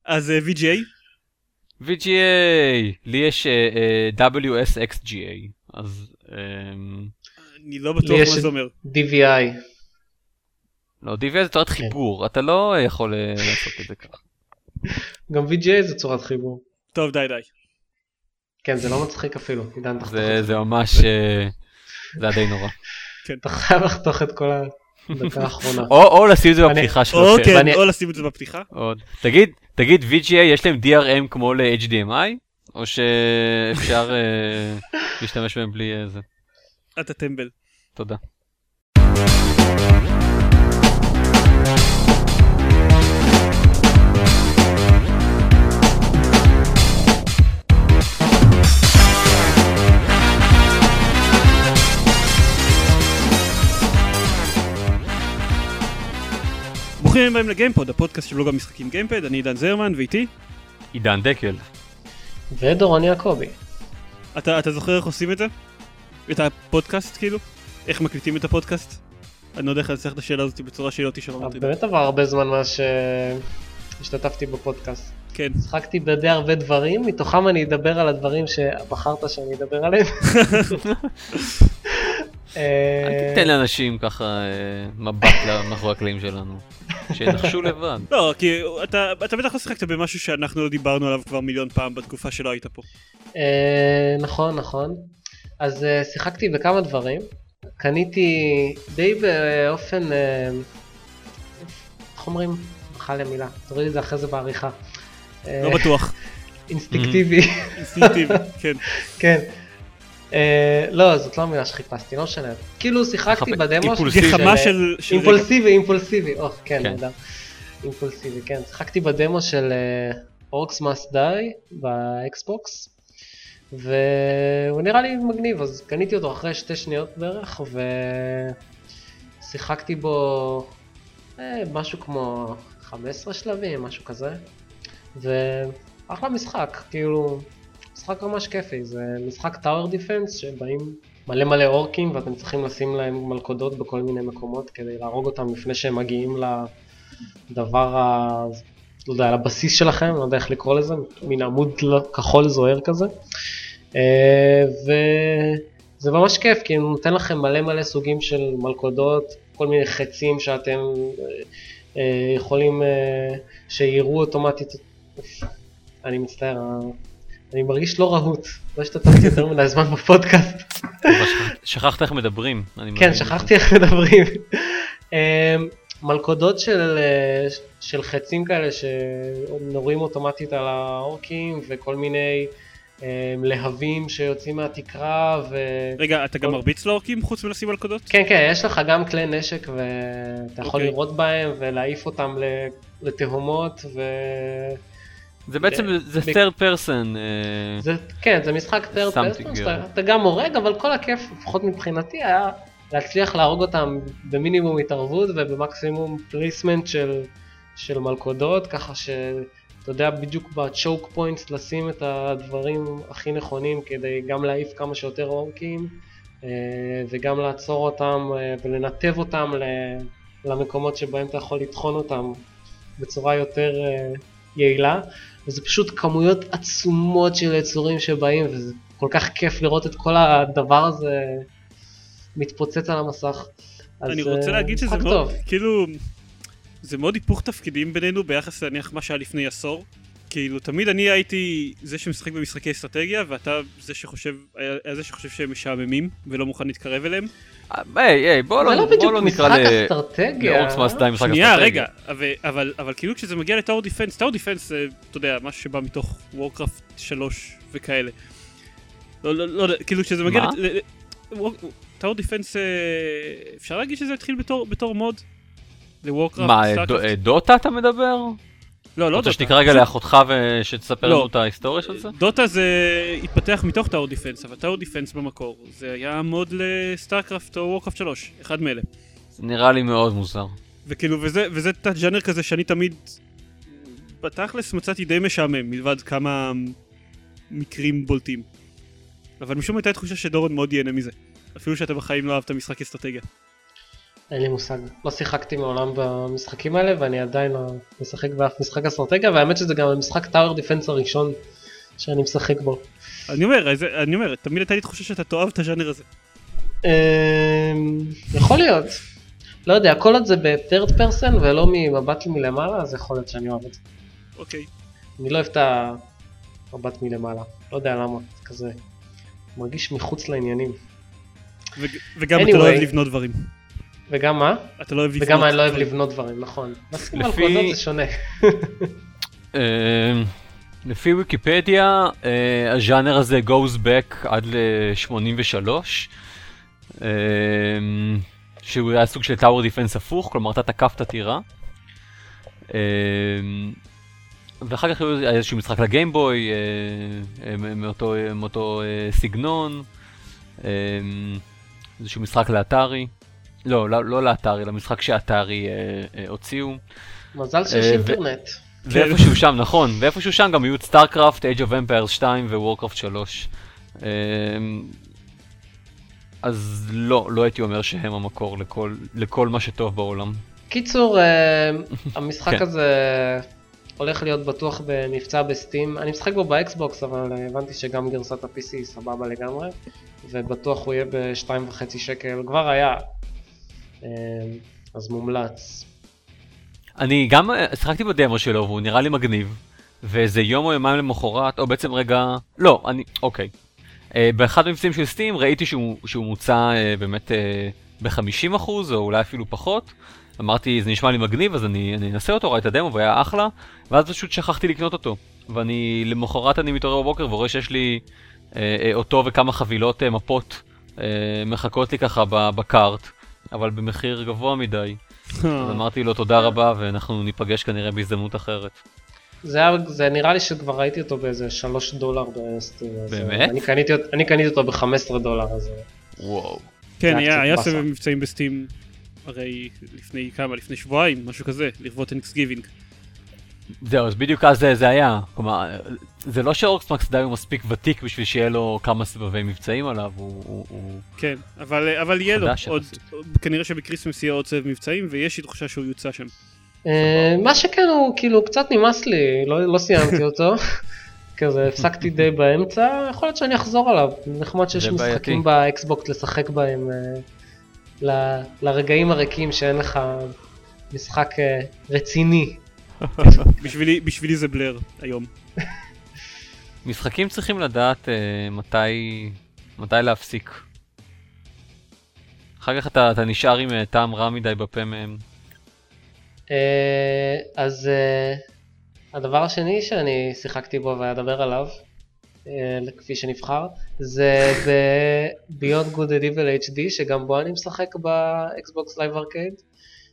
אז VGA? VGA, לי יש WSXGA, אז... אני לא בטוח מה זה אומר. DVI. לא, DVI זה צורת חיבור, אתה לא יכול לעשות את זה ככה. גם VGA זה צורת חיבור. טוב, די. כן, זה לא מצחיק אפילו. זה ממש... זה די נורא. אתה חייב לחתוך את כל הדקה האחרונה. או לשים את זה בפתיחה שלו. או לשים את זה בפתיחה. תגיד, VGA יש להם DRM כמו ל-HDMI? או שאפשר להשתמש בהם בלי זה? אתה טמבל. תודה. ברוכים הבאים לגיימפוד, הפודקאסט של בלוג המשחקים גיימפד. אני עידן זרמן, ואיתי עידן דקל. ודורון יעקבי. אתה זוכר איך עושים את זה? את הפודקאסט כאילו? איך מקליטים את הפודקאסט? אני לא יודע איך להצליח את השאלה הזאת בצורה שהיא לא תשאר. באמת עבר הרבה זמן מאז שהשתתפתי בפודקאסט. כן. שחקתי בדי הרבה דברים, מתוכם אני אדבר על הדברים שבחרת שאני אדבר עליהם. אל תיתן לאנשים ככה מבט מאחורי הקלעים שלנו, שנחשו לבד. לא, כי אתה בטח לא שיחקת במשהו שאנחנו לא דיברנו עליו כבר מיליון פעם בתקופה שלא היית פה. נכון. אז שיחקתי בכמה דברים. קניתי די באופן, איך אומרים? בחר לי המילה, תראי לי זה אחרי זה בעריכה. לא בטוח. אינסטינקטיבי. אינסטינקטיבי, כן. כן. לא, זאת לא המילה שחיפשתי, לא משנה. כאילו שיחקתי בדמו אימפולסיבי, כן, נדע. אימפולסיבי, כן. שיחקתי בדמו של Orcs Must Die באקסבוקס, והוא נראה לי מגניב, אז קניתי אותו אחרי 2 שניות בערך, ושיחקתי בו משהו כמו 15 שלבים, משהו כזה, ואחלה משחק, כאילו... משחק ממש כיפי, זה משחק טאוור דיפנס שבאים מלא אורקים ואתם צריכים לשים להם מלכודות בכל מיני מקומות כדי להרוג אותם לפני שהם מגיעים לדבר, לא יודע, לבסיס שלכם, לא יודע איך לקרוא לזה, מין עמוד כחול זוהר כזה. וזה ממש כיף כי הוא נותן לכם מלא סוגים של מלכודות, כל מיני חצים שאתם יכולים שיראו אוטומטית. אני מצטער, אני מרגיש לא רהוט, לא השתתפתי יותר מדי זמן בפודקאסט. שכחת איך מדברים. כן, שכחתי איך מדברים. מלכודות של חצים כאלה שנורים אוטומטית על האורקים, וכל מיני להבים שיוצאים מהתקרה. רגע, אתה גם מרביץ לאורקים חוץ מלשים מלכודות? כן, יש לך גם כלי נשק ואתה יכול לראות בהם ולהעיף אותם לתהומות זה בעצם, זה third person. כן, זה משחק third person, אתה גם הורג, אבל כל הכיף, לפחות מבחינתי, היה להצליח להרוג אותם במינימום התערבות ובמקסימום פליסמנט של מלכודות, ככה שאתה יודע בדיוק בצ'וק פוינטס לשים את הדברים הכי נכונים כדי גם להעיף כמה שיותר אורקים, וגם לעצור אותם ולנתב אותם למקומות שבהם אתה יכול לטחון אותם בצורה יותר יעילה. וזה פשוט כמויות עצומות של יצורים שבאים, וזה כל כך כיף לראות את כל הדבר הזה מתפוצץ על המסך. אני רוצה להגיד שזה מאוד, כאילו, זה מאוד היפוך תפקידים בינינו ביחס להניח מה שהיה לפני עשור. כאילו, תמיד אני הייתי זה שמשחק במשחקי אסטרטגיה, ואתה זה שחושב שהם משעממים ולא מוכן להתקרב אליהם. בוא לא נקרא לאורקס מאסט די משחק אסטרטגיה. רגע, אבל כאילו כשזה מגיע לטאוור דיפנס, טאוור דיפנס זה, אתה יודע, משהו שבא מתוך וורקראפט 3 וכאלה. לא, כאילו כשזה מגיע טאוור דיפנס, אפשר להגיד שזה התחיל בתור מוד לוורקראפט? מה, דוטה אתה מדבר? לא דוטה. רוצה שנקרא רגע לאחותך ושתספר לנו את ההיסטוריה של זה? דוטה זה התפתח מתוך טאוור דיפנס, אבל טאוור דיפנס במקור זה היה מוד לסטארקראפט או וורקראפט 3, אחד מאלה. זה נראה לי מאוד מוזר. וכאילו, וזה תת ג'אנר כזה שאני תמיד בתכלס מצאתי די משעמם, מלבד כמה מקרים בולטים. אבל משום הייתה תחושה שדורון מאוד ייהנה מזה, אפילו שאתה בחיים לא אהבת משחק אסטרטגיה. אין לי מושג. לא שיחקתי מעולם במשחקים האלה, ואני עדיין לא משחק באף משחק אסטרטגיה, והאמת שזה גם המשחק טאוור דיפנס הראשון שאני משחק בו. אני אומר, תמיד הייתה לי תחושה שאתה תאהב את הז'אנר הזה. יכול להיות. לא יודע, כל עוד זה ב-third person ולא ממבט מלמעלה, אז יכול להיות שאני אוהב את זה. אוקיי. אני לא אוהב את המבט מלמעלה. לא יודע למה, זה כזה מרגיש מחוץ לעניינים. וגם אתה לא אוהב לבנות דברים. וגם מה? אתה לא אוהב לבנות. וגם אני לא אוהב לבנות דברים, נכון. מסכים על קודות זה שונה. לפי ויקיפדיה, הז'אנר הזה goes back עד ל-83, שהוא היה סוג של טאוור דיפנס הפוך, כלומר אתה תקפת טירה. ואחר כך היה איזשהו משחק לגיימבוי, מאותו סגנון, איזשהו משחק לאטארי. לא לאטארי, למשחק שאטארי הוציאו. מזל שיש אינטרנט. ואיפשהו שם, נכון, ואיפשהו שם גם היו את סטארקראפט, Age of Empires 2 ווורקראפט 3. אז לא הייתי אומר שהם המקור לכל מה שטוב בעולם. קיצור, המשחק הזה הולך להיות בטוח במבצע בסטים. אני משחק בו באקסבוקס, אבל הבנתי שגם גרסת ה-PC סבבה לגמרי, ובטוח הוא יהיה ב2.5 שקל, כבר היה, אז מומלץ. אני גם שחקתי בדמו שלו והוא נראה לי מגניב, ואיזה יום או יומיים למחרת, או בעצם רגע, אוקיי. באחד המבצעים של סטים ראיתי שהוא מוצע באמת ב-50% או אולי אפילו פחות. אמרתי, זה נשמע לי מגניב, אז אני אנסה אותו, ראיתי את הדמו והיה אחלה, ואז פשוט שכחתי לקנות אותו. ואני למחרת אני מתעורר בבוקר ורואה שיש לי אותו וכמה חבילות מפות מחכות לי ככה בקארט, אבל במחיר גבוה מדי. אז אמרתי לו תודה רבה ואנחנו ניפגש כנראה בהזדמנות אחרת. זה נראה לי שכבר ראיתי אותו באיזה $3 בסטים. באמת? אני קניתי אותו $15, אז... וואו. כן, היה סבב מבצעים בסטים, הרי לפני שבועיים, משהו כזה, לכבוד Thanksgiving. זהו, אז בדיוק אז זה היה. כלומר, זה לא שאורקסמקס די הוא מספיק ותיק בשביל שיהיה לו כמה סבבי מבצעים עליו, כן, אבל יהיה לו עוד, כנראה שבקריסמס יהיה עוד סבב מבצעים, ויש לי תחושה שהוא יוצא שם. מה שכן הוא כאילו קצת נמאס לי, לא סיימתי אותו, כזה הפסקתי די באמצע, יכול להיות שאני אחזור עליו, נחמד שיש משחקים באקסבוקס לשחק בהם לרגעים הריקים שאין לך משחק רציני. בשבילי זה בלר היום. משחקים צריכים לדעת מתי להפסיק. אחר כך אתה נשאר עם טעם רע מדי בפה מהם. אז הדבר השני שאני שיחקתי בו ואדבר עליו, כפי שנבחר, זה ב-Beyond Good and Evil HD, שגם בו אני משחק ב-Xbox Live Arcade,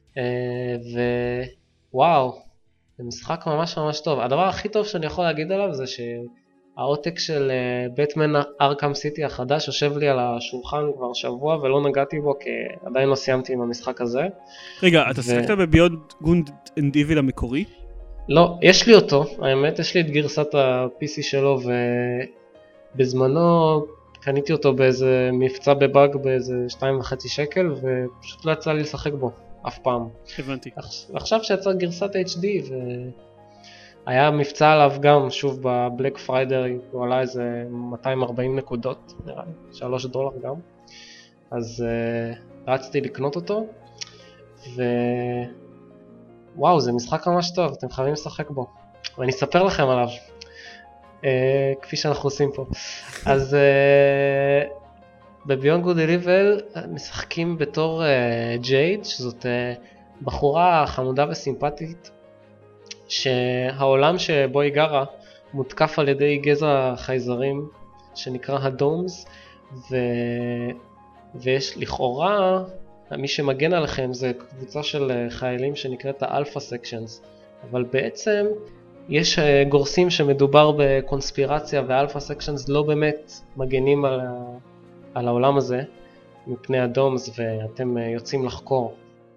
ווואו, זה משחק ממש ממש טוב. הדבר הכי טוב שאני יכול להגיד עליו זה שהעותק של בטמן ארכם סיטי החדש יושב לי על השולחן כבר שבוע ולא נגעתי בו כי עדיין לא סיימתי עם המשחק הזה. רגע, אתה שיחקת ב-Beyond Good and Evil המקורי? לא, יש לי אותו, האמת, יש לי את גרסת ה-PC שלו ובזמנו קניתי אותו באיזה מבצע בבאג באיזה 2.5 שקל ופשוט לא יצא לי לשחק בו אף פעם. הבנתי. עכשיו שיצא גרסת HD והיה מבצע עליו גם, שוב בבלק פריידר הוא עלה איזה 240 נקודות, נראה לי, $3 גם. אז רצתי לקנות אותו וואו, זה משחק ממש טוב, אתם חייבים לשחק בו. ואני אספר לכם עליו, כפי שאנחנו עושים פה. אז ב-Beyond Good and Evil משחקים בתור ג'ייד, שזאת בחורה חמודה וסימפטית, שהעולם שבו היא גרה מותקף על ידי גזע חייזרים שנקרא הדומס, ויש לכאורה, מי שמגן עליכם זה קבוצה של חיילים שנקראת האלפא סקשנס, אבל בעצם יש גורסים שמדובר בקונספירציה והאלפא סקשנס לא באמת מגנים על העולם הזה מפני הדומס ואתם יוצאים לחקור.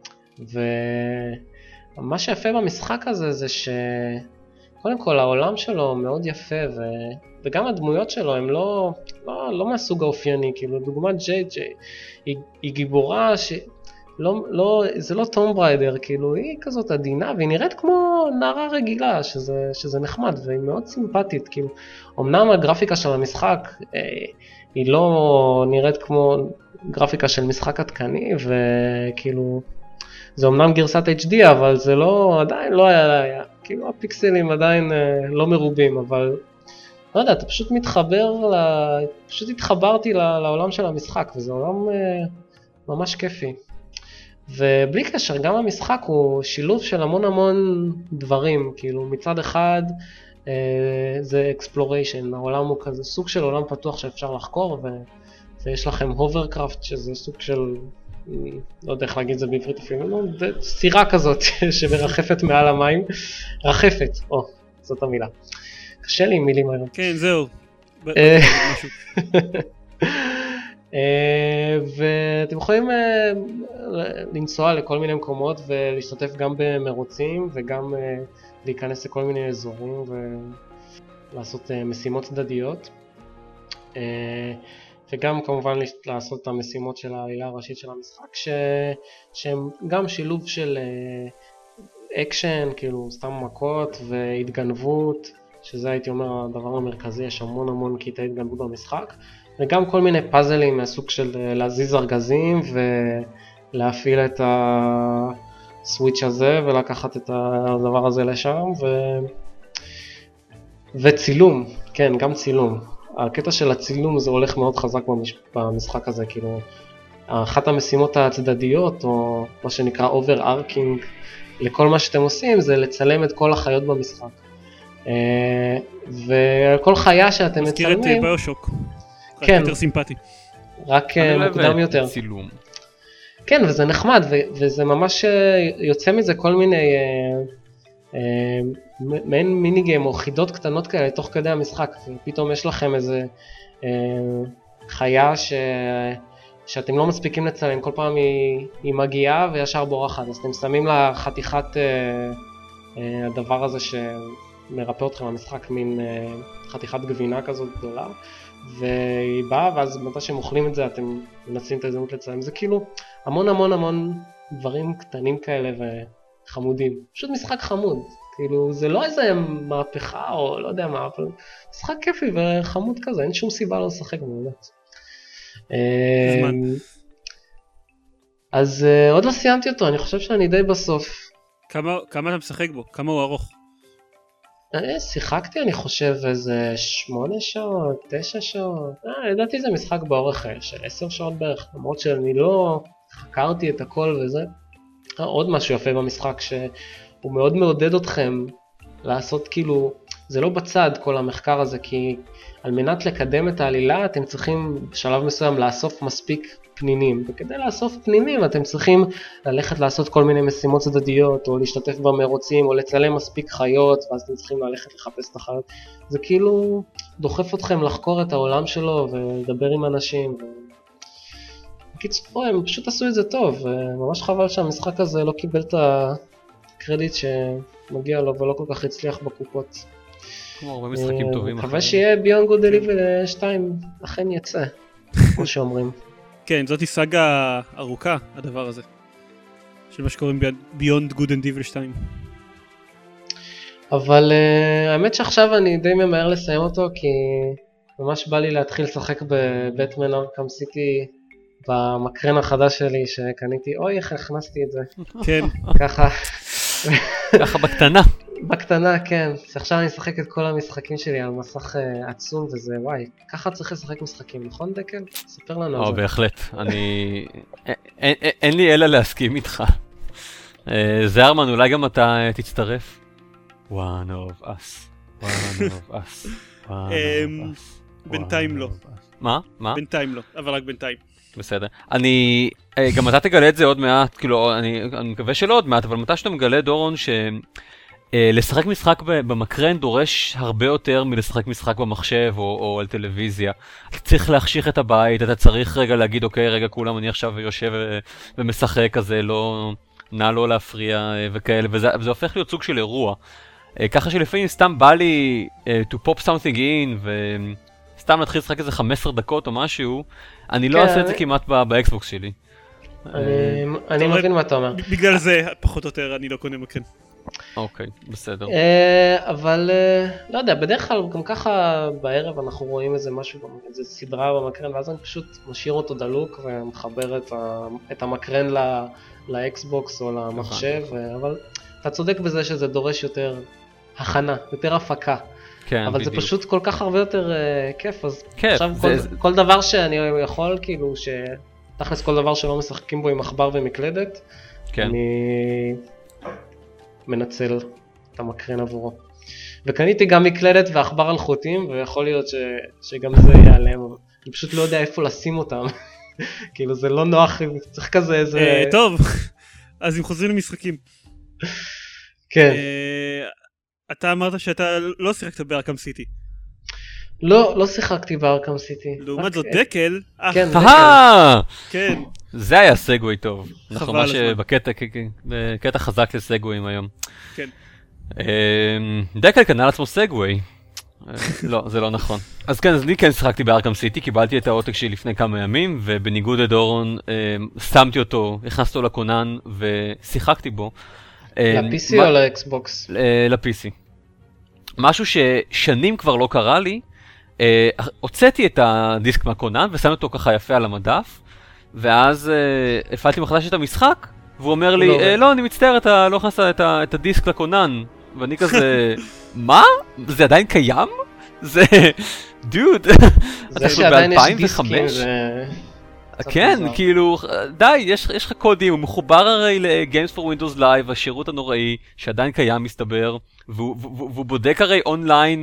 ומה שיפה במשחק הזה זה שקודם כל העולם שלו מאוד יפה וגם הדמויות שלו הם לא מהסוג האופייני, כאילו דוגמת ג'יי היא גיבורה זה לא טום בריידר, כאילו היא כזאת עדינה, והיא נראית כמו נערה רגילה, שזה נחמד, והיא מאוד סימפטית, כאילו, אמנם הגרפיקה של המשחק, היא לא נראית כמו גרפיקה של משחק עדכני, וכאילו, זה אמנם גרסת HD, אבל זה לא, עדיין לא היה, כאילו הפיקסלים עדיין לא מרובים, אבל לא יודע, אתה פשוט פשוט התחברתי לעולם של המשחק, וזה עולם ממש כיפי. ובלי קשר, גם המשחק הוא שילוב של המון דברים, כאילו מצד אחד זה exploration, העולם הוא כזה סוג של עולם פתוח שאפשר לחקור, ויש לכם הוברקראפט שזה סוג של, לא יודע איך להגיד זה בעברית אפילו, סירה כזאת שמרחפת מעל המים, רחפת, זאת המילה. קשה לי עם מילים היום. כן, זהו. ואתם יכולים לנסוע לכל מיני מקומות ולהשתתף גם במרוצים וגם להיכנס לכל מיני אזורים ולעשות משימות צדדיות וגם כמובן לעשות את המשימות של העלילה הראשית של המשחק שהם גם שילוב של אקשן, כאילו סתם מכות והתגנבות, שזה הייתי אומר הדבר המרכזי, יש המון קטעי התגנבות במשחק, וגם כל מיני פאזלים מהסוג של להזיז ארגזים ולהפעיל את הסוויץ' הזה ולקחת את הדבר הזה לשם וצילום, כן, גם צילום. הקטע של הצילום זה הולך מאוד חזק במשחק הזה, כאילו אחת המשימות הצדדיות או מה שנקרא overarching לכל מה שאתם עושים זה לצלם את כל החיות במשחק. וכל חיה שאתם מצלמים... מזכיר את ביושוק. כן. רק יותר סימפטי. רק מוקדם יותר. צילום. כן, וזה נחמד, וזה ממש יוצא מזה כל מיני מעין מיני גיים או חידות קטנות כאלה תוך כדי המשחק, ופתאום יש לכם איזה חיה שאתם לא מספיקים לצלם, כל פעם היא מגיעה וישר בורחת, אז אתם שמים לה חתיכת הדבר הזה שמרפא אתכם במשחק, מין חתיכת גבינה כזאת גדולה, והיא באה, ואז מתי שהם אוכלים את זה אתם מנצלים את ההזדמנות לצלם. זה כאילו המון דברים קטנים כאלה וחמודים, פשוט משחק חמוד, כאילו זה לא איזה מהפכה או לא יודע מה, אבל משחק כיפי וחמוד כזה, אין שום סיבה לא לשחק באמת. אז עוד לא סיימתי אותו, אני חושב שאני די בסוף. כמה אתה משחק בו? כמה הוא ארוך? שיחקתי אני חושב איזה 8 שעות, 9 שעות, לדעתי זה משחק באורך של 10 שעות בערך, למרות שאני לא חקרתי את הכל וזה. עוד משהו יפה במשחק שהוא מאוד מעודד אתכם לעשות כאילו, זה לא בצד כל המחקר הזה, כי על מנת לקדם את העלילה אתם צריכים בשלב מסוים לאסוף מספיק פנינים, וכדי לאסוף פנינים אתם צריכים ללכת לעשות כל מיני משימות צדדיות, או להשתתף במרוצים, או לצלם מספיק חיות, ואז אתם צריכים ללכת לחפש את החיות. זה כאילו דוחף אתכם לחקור את העולם שלו, ולדבר עם אנשים. בקיצור, הם פשוט עשו את זה טוב, וממש חבל שהמשחק הזה לא קיבל את הקרדיט שמגיע לו, ולא כל כך הצליח בקופות. כמו הרבה משחקים טובים. מקווה שיהיה Beyond Good and Evil 2 אכן יצא, כמו שאומרים. כן, זאת סאגה ארוכה, הדבר הזה. של מה שקוראים Beyond Good and Evil 2. אבל האמת שעכשיו אני די ממהר לסיים אותו, כי ממש בא לי להתחיל לשחק בבטמן ארכם סיטי, במקרן החדש שלי שקניתי. אוי, איך הכנסתי את זה. כן. ככה. ככה בקטנה. בקטנה, כן. עכשיו אני אשחק את כל המשחקים שלי על מסך עצום וזה, וואי. ככה צריך לשחק משחקים, נכון דקל? ספר לנו על זה. בהחלט. אין לי אלא להסכים איתך. זרמן, אולי גם אתה תצטרף? One of us. One of us. בינתיים לא. מה? בינתיים לא, אבל רק בינתיים. בסדר. גם אתה תגלה את זה עוד מעט, כאילו, אני מקווה שלא עוד מעט, אבל מתי שאתה מגלה, דורון, לשחק משחק במקרן דורש הרבה יותר מלשחק משחק במחשב או על טלוויזיה. אתה צריך להחשיך את הבית, אתה צריך רגע להגיד, אוקיי, רגע, כולם, אני עכשיו יושב ומשחק כזה, לא, נע לא להפריע וכאלה, וזה הופך להיות סוג של אירוע. ככה שלפעמים סתם בא לי to pop something in, סתם להתחיל לשחק איזה 15 דקות או משהו, אני לא אעשה את זה כמעט באקסבוקס שלי. אני מבין מה אתה אומר. בגלל זה, פחות או יותר, אני לא קונה מקרן. אוקיי, בסדר. אבל לא יודע, בדרך כלל גם ככה בערב אנחנו רואים איזה משהו, איזה סדרה במקרן, ואז אני פשוט משאיר אותו דלוק ומחבר את המקרן לאקסבוקס או למחשב, אבל אתה צודק בזה שזה דורש יותר הכנה, יותר הפקה. כן, אבל בדיוק. זה פשוט כל כך הרבה יותר כיף, אז כיף, עכשיו כל דבר שאני יכול, כאילו, תכלס כל דבר שלא משחקים בו עם עכבר ומקלדת, כן. אני מנצל את המקרן עבורו. וקניתי גם מקלדת ועכבר אלחוטיים, ויכול להיות שגם זה ייעלם, אני פשוט לא יודע איפה לשים אותם. כאילו זה לא נוח, צריך כזה איזה... טוב, אז אם חוזרים למשחקים. כן. אתה אמרת שאתה לא שיחקת בארקם סיטי. לא שיחקתי בארקם סיטי. לעומת זאת דקל. כן, כן. זה היה סגווי טוב. אנחנו חבל ממש בקטע חזק לסגוויים היום. כן. דקל קנה לעצמו סגווי. לא, זה לא נכון. אז כן, אז אני כן שיחקתי בארקם סיטי, קיבלתי את העותק שלי לפני כמה ימים, ובניגוד לדורון, שמתי אותו, הכנסתי אותו לכונן, ושיחקתי בו. ל-PC או לאקסבוקס? ל-PC. משהו ששנים כבר לא קרה לי, הוצאתי את הדיסק מהכונן, ושמתי אותו ככה יפה על המדף, ואז הפעלתי מחדש את המשחק, והוא אומר לי, לא, אני מצטער, אתה לא הכנסת את הדיסק לכונן. ואני כזה, מה? זה עדיין קיים? זה, דוד, זה שעדיין יש דיסקים זה... כן, כאילו, די, יש לך קודים, הוא מחובר הרי ל-Games for Windows Live, השירות הנוראי, שעדיין קיים מסתבר, והוא בודק הרי אונליין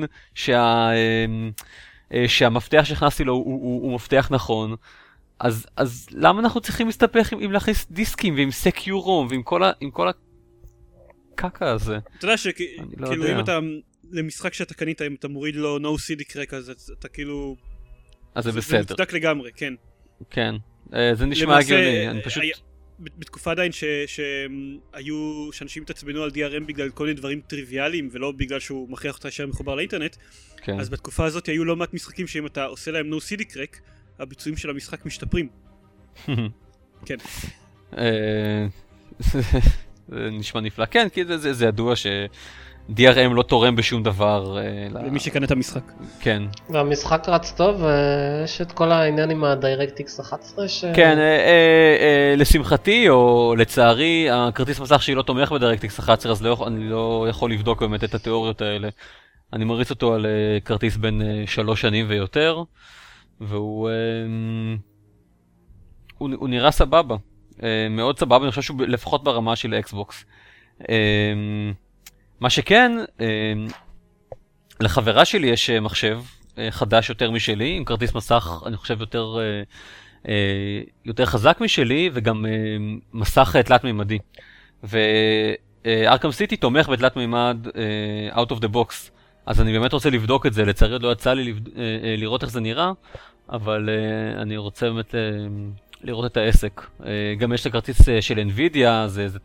שהמפתח שהכנסתי לו הוא מפתח נכון, אז למה אנחנו צריכים להסתפך עם להכניס דיסקים ועם סקיורום ועם כל הקקה הזה? אתה יודע שכאילו אם אתה, למשחק שאתה קנית, אם אתה מוריד לו no CD crack, אז אתה כאילו... אז זה בסדר. זה מוצדק לגמרי, כן. כן, זה נשמע הגיוני, אני פשוט... בתקופה עדיין שאנשים התעצבנו על DRM בגלל כל מיני דברים טריוויאליים, ולא בגלל שהוא מכריח אותה להישאר מחובר לאינטרנט, אז בתקופה הזאת היו לא מעט משחקים שאם אתה עושה להם no CD crack, הביצועים של המשחק משתפרים. כן. זה נשמע נפלא. כן, כי זה ידוע ש-DRM לא תורם בשום דבר. למי שקנה את המשחק. כן. והמשחק רץ טוב, יש את כל העניין עם ה-DirectX 11 ש... כן, לשמחתי או לצערי, הכרטיס מסך שלי לא תומך ב-DirectX 11, אז אני לא יכול לבדוק באמת את התיאוריות האלה. אני מריץ אותו על כרטיס בין 3 שנים ויותר, והוא נראה סבבה. מאוד סבבה, אני חושב שהוא לפחות ברמה של אקסבוקס. מה שכן, לחברה שלי יש מחשב חדש יותר משלי, עם כרטיס מסך, אני חושב יותר חזק משלי, וגם מסך תלת מימדי. וארקם סיטי תומך בתלת מימד out of the box, אז אני באמת רוצה לבדוק את זה, לצערי עוד לא יצא לי לראות איך זה נראה, אבל אני רוצה באמת לראות את העסק. גם יש את הכרטיס של NVIDIA, זה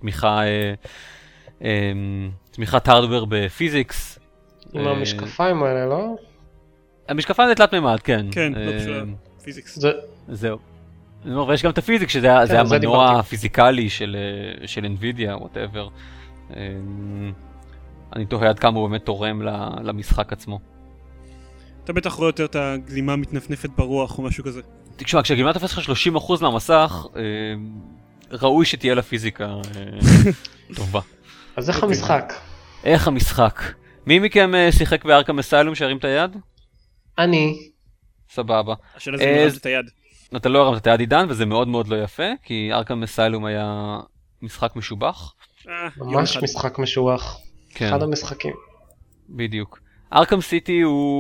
תמיכת הארדוור בפיזיקס. עם המשקפיים האלה, לא? המשקפיים זה תלת מימד, כן. כן, לא בשביל הפיזיקס. זהו. ויש גם את הפיזיקס, שזה המנוע הפיזיקלי של NVIDIA, whatever. אני תוהה עד כמה הוא באמת תורם למשחק עצמו. אתה בטח רואה יותר את הגלימה מתנפנפת ברוח או משהו כזה. תשמע, כשהגלימה תופס לך 30% מהמסך, ראוי שתהיה לה פיזיקה טובה. אז איך המשחק? איך המשחק? מי מכם שיחק בארקם אסיילום שהרים את היד? אני. סבבה. השאלה זה הרמת את היד. אתה לא הרמת את היד עידן, וזה מאוד מאוד לא יפה, כי ארקם אסיילום היה משחק משובח. ממש משחק משובח. אחד המשחקים. בדיוק. ארקם סיטי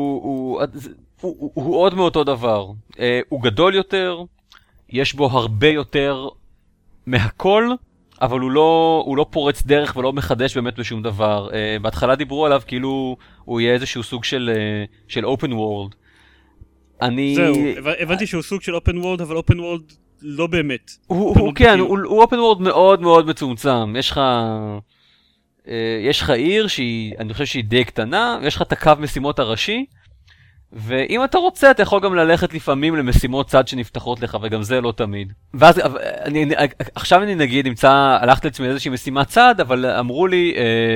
הוא עוד מאותו דבר. הוא גדול יותר, יש בו הרבה יותר מהכל, אבל הוא לא פורץ דרך ולא מחדש באמת בשום דבר. בהתחלה דיברו עליו כאילו הוא יהיה איזשהו סוג של open world. זהו, הבנתי שהוא סוג של open world, אבל open world לא באמת. כן, הוא open world מאוד מאוד מצומצם. יש לך עיר שהיא, אני חושב שהיא די קטנה, יש לך את הקו משימות הראשי, ואם אתה רוצה, אתה יכול גם ללכת לפעמים למשימות צד שנפתחות לך, וגם זה לא תמיד. ואז, עכשיו אני נגיד, הלכתי לעצמי איזושהי משימת צד, אבל אמרו לי,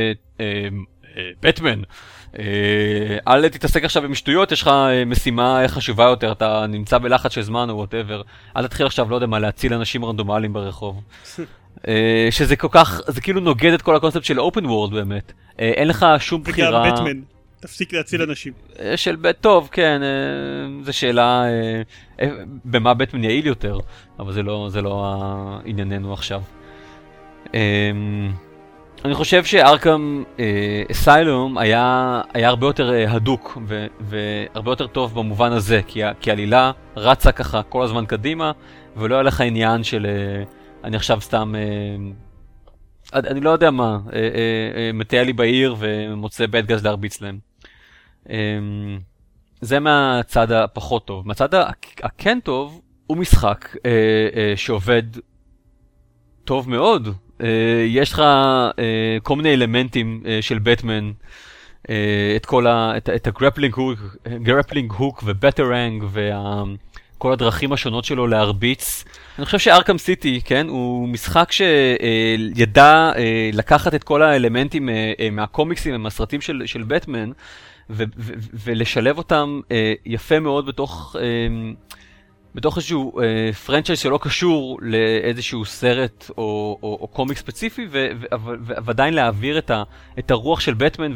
בטמן, אל תתעסק עכשיו עם שטויות, יש לך משימה חשובה יותר, אתה נמצא בלחץ של זמן או whatever, אל תתחיל עכשיו, לא יודע מה, להציל אנשים רנדומליים ברחוב. שזה כל כך, זה כאילו נוגד את כל הקונספט של open world באמת. אין לך שום בחירה. וגם בטמן, תפסיק להציל אנשים. טוב, כן, זו שאלה במה בטמן יעיל יותר, אבל זה לא ענייננו עכשיו. אני חושב שארקם אסיילום היה הרבה יותר הדוק והרבה יותר טוב במובן הזה, כי העלילה רצה ככה כל הזמן קדימה, ולא היה לך עניין של אני עכשיו סתם, אני לא יודע מה, מטייל לי בעיר ומוצא בית גז להרביץ להם. זה מהצד הפחות טוב. מהצד הכן טוב, הוא משחק שעובד טוב מאוד. יש לך כל מיני אלמנטים של בטמן, את הגרפלינג הוק ובטרנג וכל הדרכים השונות שלו להרביץ. אני חושב שארקם סיטי, כן, הוא משחק שידע לקחת את כל האלמנטים מהקומיקסים ומהסרטים של בטמן, ולשלב אותם יפה מאוד בתוך איזשהו פרנצ'ייז שלא קשור לאיזשהו סרט או קומיק ספציפי, ועדיין להעביר את הרוח של בטמן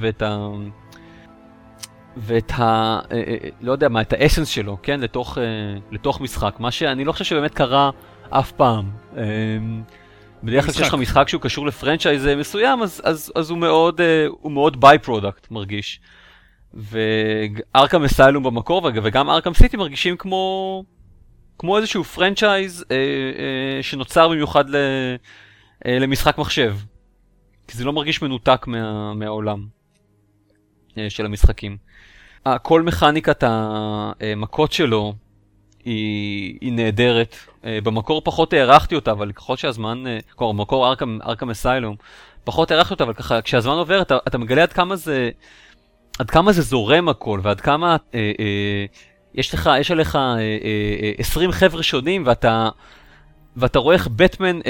ואת לא יודע מה, את האסנס שלו, כן, לתוך משחק, מה שאני לא חושב שבאמת קרה אף פעם. בדרך כלל כשיש לך משחק שהוא קשור לפרנצ'ייז מסוים, אז הוא מאוד ביי פרודקט מרגיש. וארקם אסיילום במקור וגם ארקם סיטי מרגישים כמו איזשהו פרנצ'ייז שנוצר במיוחד למשחק מחשב. כי זה לא מרגיש מנותק מהעולם של המשחקים. כל מכניקת המכות שלו היא נהדרת. במקור פחות הערכתי אותה, אבל ככל שהזמן, במקור ארקם אסיילום, פחות הערכתי אותה, אבל ככה כשהזמן עובר אתה מגלה עד כמה זה זורם הכל, ועד כמה יש עליך 20 חבר'ה שונים, ואתה רואה איך בטמן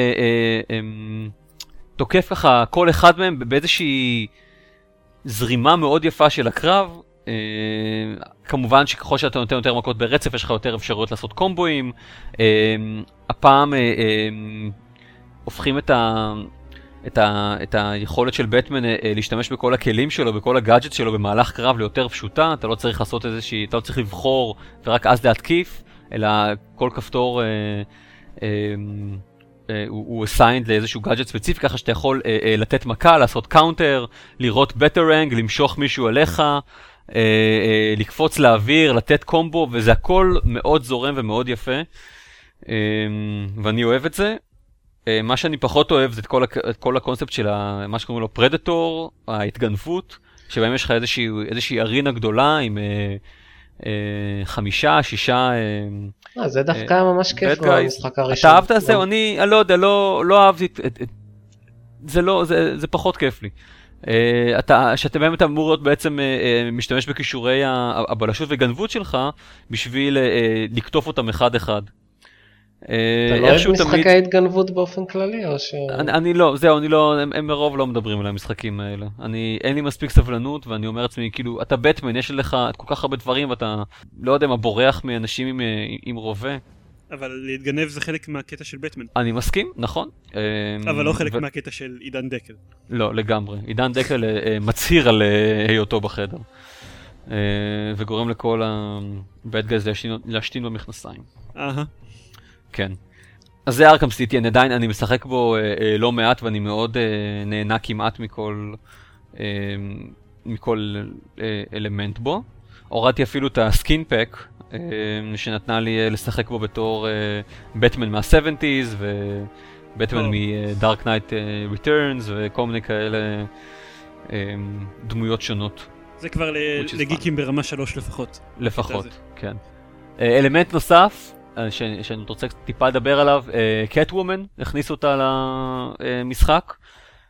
תוקף ככה כל אחד מהם באיזושהי זרימה מאוד יפה של הקרב. כמובן שככל שאתה נותן יותר מכות ברצף, יש לך יותר אפשרויות לעשות קומבואים. הפעם הופכים את היכולת של בטמן להשתמש בכל הכלים שלו, בכל הגאדג'ט שלו במהלך קרב ליותר פשוטה. אתה לא צריך לעשות אתה לא צריך לבחור ורק אז להתקיף, אלא כל כפתור הוא assigned לאיזשהו גאדג'ט ספציפי, ככה שאתה יכול לתת מכה, לעשות קאונטר, לראות בטרנג, למשוך מישהו עליך, לקפוץ לאוויר, לתת קומבו, וזה הכל מאוד זורם ומאוד יפה, ואני אוהב את זה. מה שאני פחות אוהב זה את כל הקונספט של מה שקוראים לו פרדטור, ההתגנבות, שבהם יש לך איזושהי ארינה גדולה עם 5, 6... זה דווקא ממש כיף במשחק הראשון. אתה אהבת את זה? אני לא יודע, לא אהבתי, זה פחות כיף לי. שאתה באמת אמור להיות בעצם משתמש בכישורי הבלשות וגנבות שלך, בשביל לקטוף אותם אחד אחד. אתה לא אוהב משחקי התגנבות באופן כללי, או ש... אני לא, הם מרוב לא מדברים על המשחקים האלה. אין לי מספיק סבלנות, ואני אומר לעצמי, כאילו, אתה בטמן, יש לך כל כך הרבה דברים, ואתה לא יודע מה, בורח מאנשים עם רובה. אבל להתגנב זה חלק מהקטע של בטמן. אני מסכים, נכון. אבל לא חלק מהקטע של עידן דקל. לא, לגמרי. עידן דקל מצהיר על היותו בחדר. וגורם לכל הבית גז להשתין במכנסיים. כן. אז זה ארקם סיטי, אני משחק בו לא מעט, ואני מאוד נהנה כמעט מכל אלמנט בו. הורדתי אפילו את הסקין פק, שנתנה לי לשחק בו בתור בטמן מה-70s, ובטמן מ-Dark Knight Returns, וכל מיני כאלה דמויות שונות. זה כבר לגיקים ברמה 3 לפחות. לפחות, כן. אלמנט נוסף, שאני רוצה טיפה לדבר עליו, קטוומן, הכניסו אותה למשחק,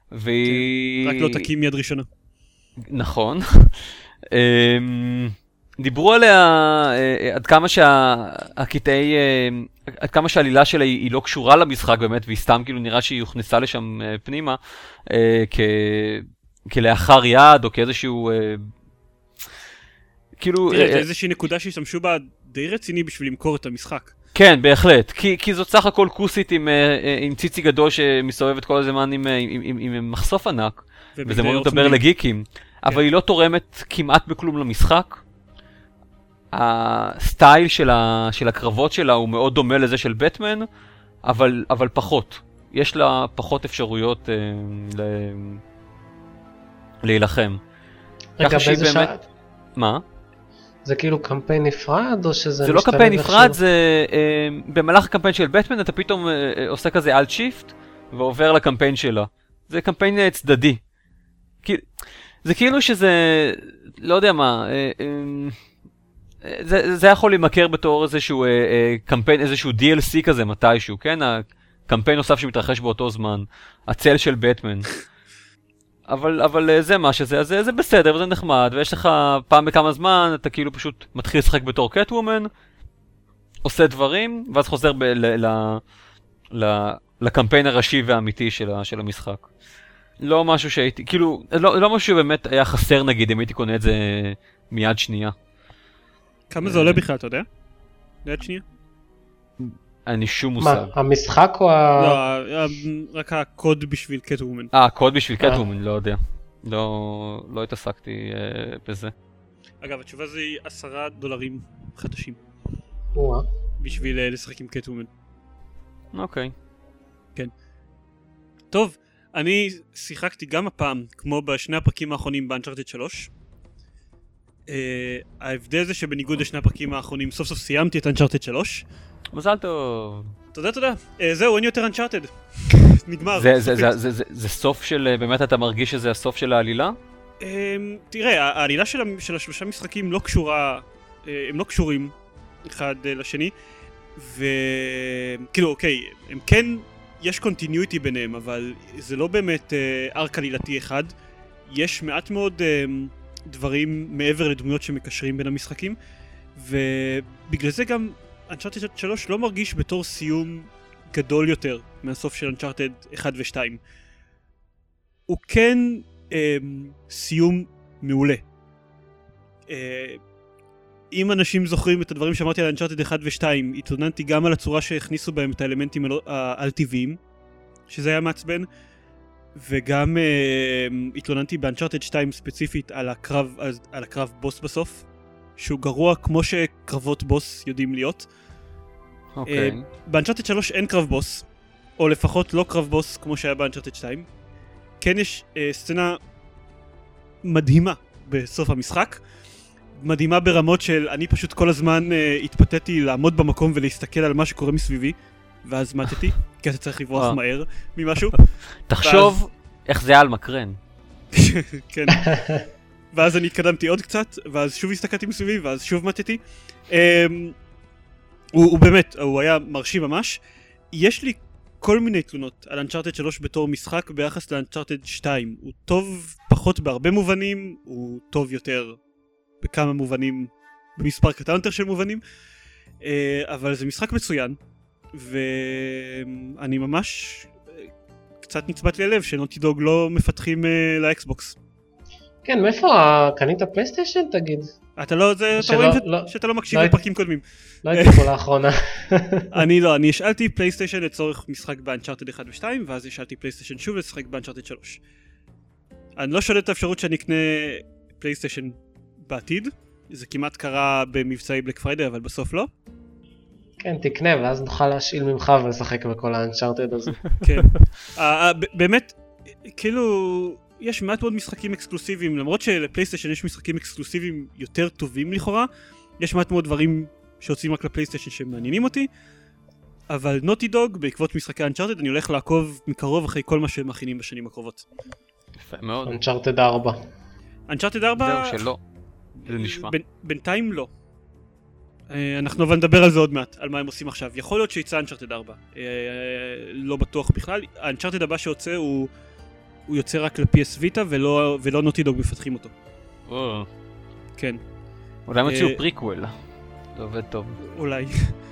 רק לא תקים יד ראשונה. נכון. דיברו עליה עד כמה שהקטעי, עד כמה שהעלילה שלה היא לא קשורה למשחק באמת, והיא סתם כאילו נראה שהיא הוכנסה לשם פנימה, כלאחר יד או כאיזשהו, כאילו... תראה, איזושהי נקודה שהשתמשו בה די רציני בשביל למכור את המשחק. כן, בהחלט, כי זאת סך הכל כוסית עם ציצי גדול שמסתובבת כל הזמן עם מחשוף ענק, וזה מאוד מדבר לגיקים, אבל היא לא תורמת כמעט בכלום למשחק. הסטייל של הקרבות שלה הוא מאוד דומה לזה של בטמן, אבל פחות. יש לה פחות אפשרויות להילחם. רגע, באיזה שעת? מה? זה כאילו קמפיין נפרד או שזה... זה לא קמפיין נפרד, זה במהלך הקמפיין של בטמן אתה פתאום עושה כזה אלט שיפט ועובר לקמפיין שלה. זה קמפיין צדדי. זה כאילו שזה, לא יודע מה, זה יכול להימכר בתור איזשהו קמפיין, איזשהו DLC כזה מתישהו, כן? הקמפיין נוסף שמתרחש באותו זמן, הצל של בטמן. אבל זה מה שזה, זה בסדר וזה נחמד, ויש לך פעם בכמה זמן, אתה כאילו פשוט מתחיל לשחק בתור קטוומן, עושה דברים, ואז חוזר לקמפיין הראשי והאמיתי של המשחק. לא משהו שהייתי, כאילו, לא משהו שבאמת היה חסר נגיד, אם הייתי קונה את זה מיד שנייה. כמה זה עולה בכלל, אתה יודע? ליד שנייה? אני שום מושג. מה, המשחק או לא, רק הקוד בשביל קטוומן. קוד בשביל קטוומן, לא יודע. לא התעסקתי בזה. אגב, התשובה זה $10 חדשים. וואה. בשביל לשחק עם קטוומן. אוקיי. כן. טוב, אני שיחקתי גם הפעם, כמו בשני הפרקים האחרונים באנצ'ארטד 3. ההבדל זה שבניגוד לשני הפרקים האחרונים, סוף סוף סיימתי את אנצ'ארטד 3. מזל טוב. תודה. זהו, אין יותר אנצ'ארטד. נגמר. זה סוף של, באמת אתה מרגיש שזה הסוף של העלילה? תראה, העלילה של השלושה משחקים לא קשורה, הם לא קשורים אחד לשני, וכאילו, אוקיי, הם כן, יש קונטיניויטי ביניהם, אבל זה לא באמת ארק עלילתי אחד. יש מעט מאוד דברים מעבר לדמויות שמקשרים בין המשחקים, ובגלל זה גם Uncharted 3 לא מרגיש בתור סיום גדול יותר מהסוף של Uncharted 1 ו-2. הוא כן סיום מעולה. אם אנשים זוכרים את הדברים שאמרתי על Uncharted 1 ו-2, התלוננתי גם על הצורה שהכניסו בהם את האלמנטים העל-טבעיים, שזה היה מעצבן, וגם התלוננתי ב-Uncharted 2 ספציפית על הקרב בוס בסוף, שהוא גרוע כמו שקרבות בוס יודעים להיות. אוקיי. ב-Uncharted 3 אין קרב בוס, או לפחות לא קרב בוס כמו שהיה ב-Uncharted 2. כן יש סצנה מדהימה בסוף המשחק, מדהימה ברמות של אני פשוט כל הזמן התפתיתי לעמוד במקום ולהסתכל על מה שקורה מסביבי, ואז מתתי, כי אתה צריך לברוח מהר ממשהו. תחשוב איך זה היה על מקרן. כן. ואז אני התקדמתי עוד קצת, ואז שוב הסתכלתי מסביבי, ואז שוב מתתי. הוא באמת, הוא היה מרשים ממש. יש לי כל מיני תלונות על Uncharted 3 בתור משחק ביחס ל-Uncharted 2. הוא טוב פחות בהרבה מובנים, הוא טוב יותר בכמה מובנים, במספר קטן יותר של מובנים, אבל זה משחק מצוין, ואני ממש קצת נצבט לי הלב שנוטי דוג לא מפתחים לאקסבוקס. כן, מאיפה קנית פלייסטיישן תגיד? אתה לא, אתה רואים שאתה לא מקשיב לפרקים קודמים. לא הייתי פה לאחרונה. אני השאלתי פלייסטיישן לצורך משחק באנצ'ארטד 1 ו-2, ואז השאלתי פלייסטיישן שוב לשחק באנצ'ארטד 3. אני לא שואל את האפשרות שאני אקנה פלייסטיישן בעתיד, זה כמעט קרה במבצעי בלק פריידי, אבל בסוף לא. כן, תקנה, ואז נוכל להשאיל ממך ולשחק בכל האנצ'ארטד הזה. כן. באמת, כאילו, יש מעט מאוד משחקים אקסקלוסיביים, למרות שלפלייסטיישן יש משחקים אקסקלוסיביים יותר טובים לכאורה, יש מעט מאוד דברים שיוצאים רק לפלייסטיישן שמעניינים אותי, אבל נוטי דוג, בעקבות משחקי אנצ'ארטד, אני הולך לעקוב מקרוב אחרי כל מה שהם מכינים בשנים הקרובות. יפה מאוד. אנצ'ארטד 4. אנצ'ארטד 4... זהו שלא. זה נשמע. בינתיים לא. אנחנו אבל נדבר על זה עוד מעט, על מה הם עושים עכשיו. יכול להיות שיצא אנצ'ארטד 4. לא בטוח בכלל. האנצ'ארטד הבא שיוצא הוא יוצא רק ל-PS Vita ולא נוטי דוג מפתחים אותו. כן. אולי מציעו פריקוול. זה עובד טוב. אולי.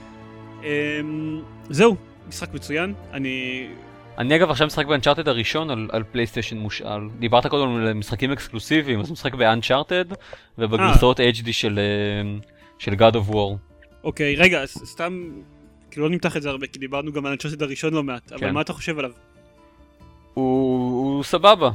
זהו, משחק מצוין. אני אגב עכשיו משחק באנצ'ארטד הראשון על פלייסטיישן מושאל. דיברת קודם על משחקים אקסקלוסיביים, אז משחק באנצ'ארטד ובגרסאות HD של God of War. אוקיי, רגע, סתם, כאילו לא נמתח את זה הרבה, כי דיברנו גם על אנצ'ארטד הראשון לא מעט, אבל מה אתה חושב עליו? הוא סבבה.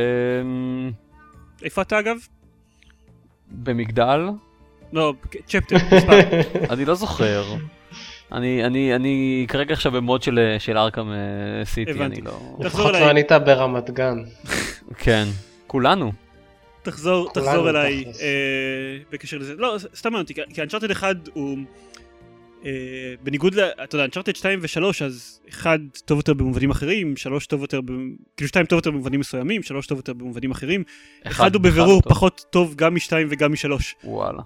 איפה אתה אגב? במגדל? לא, צ'פטר, מספר. אני לא זוכר. אני כרגע עכשיו במוד של ארכם סיטי, אני לא... תחזור אליי. לפחות לא ברמת גן. כן, כולנו. תחזור אליי בקשר לזה. לא, סתם אמרתי, כי אנצ'ארטד 1 הוא... בניגוד אתה יודע, אנצ'ארטד 2 ו3, אז 1 טוב יותר במובנים אחרים, 3 טוב יותר, כאילו 2 טוב יותר במובנים מסוימים, 3 טוב יותר במובנים אחרים. 1 הוא בבירור פחות טוב גם מ2 וגם מ3. וואלה.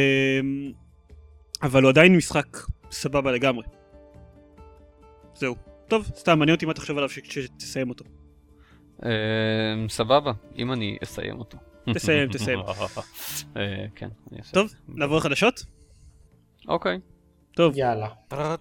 אבל הוא עדיין משחק סבבה לגמרי. זהו. טוב, סתם, מעניין אותי מה תחשוב עליו שתסיים אותו. סבבה, אם אני אסיים אותו. תסיים. כן, אני אסיים. טוב, נעבור לחדשות? אוקיי. טוב. יאללה.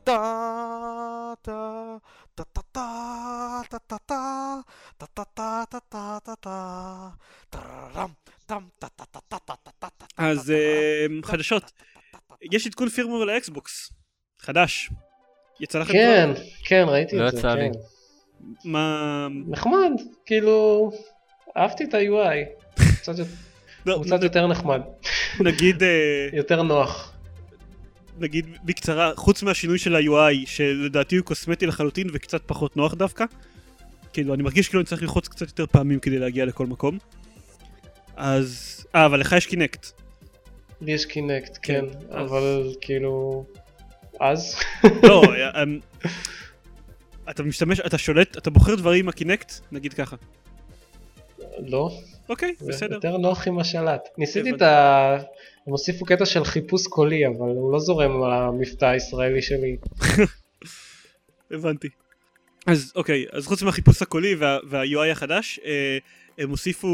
אז חדשות. יש עדכון פירמוור לאקסבוקס. חדש. יצא לכם? כן, ראיתי את זה. לא יצא לי. מה... נחמד, כאילו... אהבתי את ה-UI. הוא קצת יותר נחמד. נגיד... יותר נוח. נגיד בקצרה, חוץ מהשינוי של ה-UI, שלדעתי הוא קוסמטי לחלוטין וקצת פחות נוח דווקא. כאילו, אני מרגיש כאילו אני צריך ללחוץ קצת יותר פעמים כדי להגיע לכל מקום. אז... אבל לך יש קינקט. לי יש קינקט, כן. אבל כאילו... אז? לא, אתה משתמש, אתה שולט, אתה בוחר דברים עם הקינקט? נגיד ככה. לא. אוקיי, בסדר. יותר נוח עם השלט. ניסיתי הם הוסיפו קטע של חיפוש קולי, אבל הוא לא זורם על המבטא הישראלי שלי. הבנתי. אז אוקיי, אז חוץ מהחיפוש הקולי וה-UI החדש, הם הוסיפו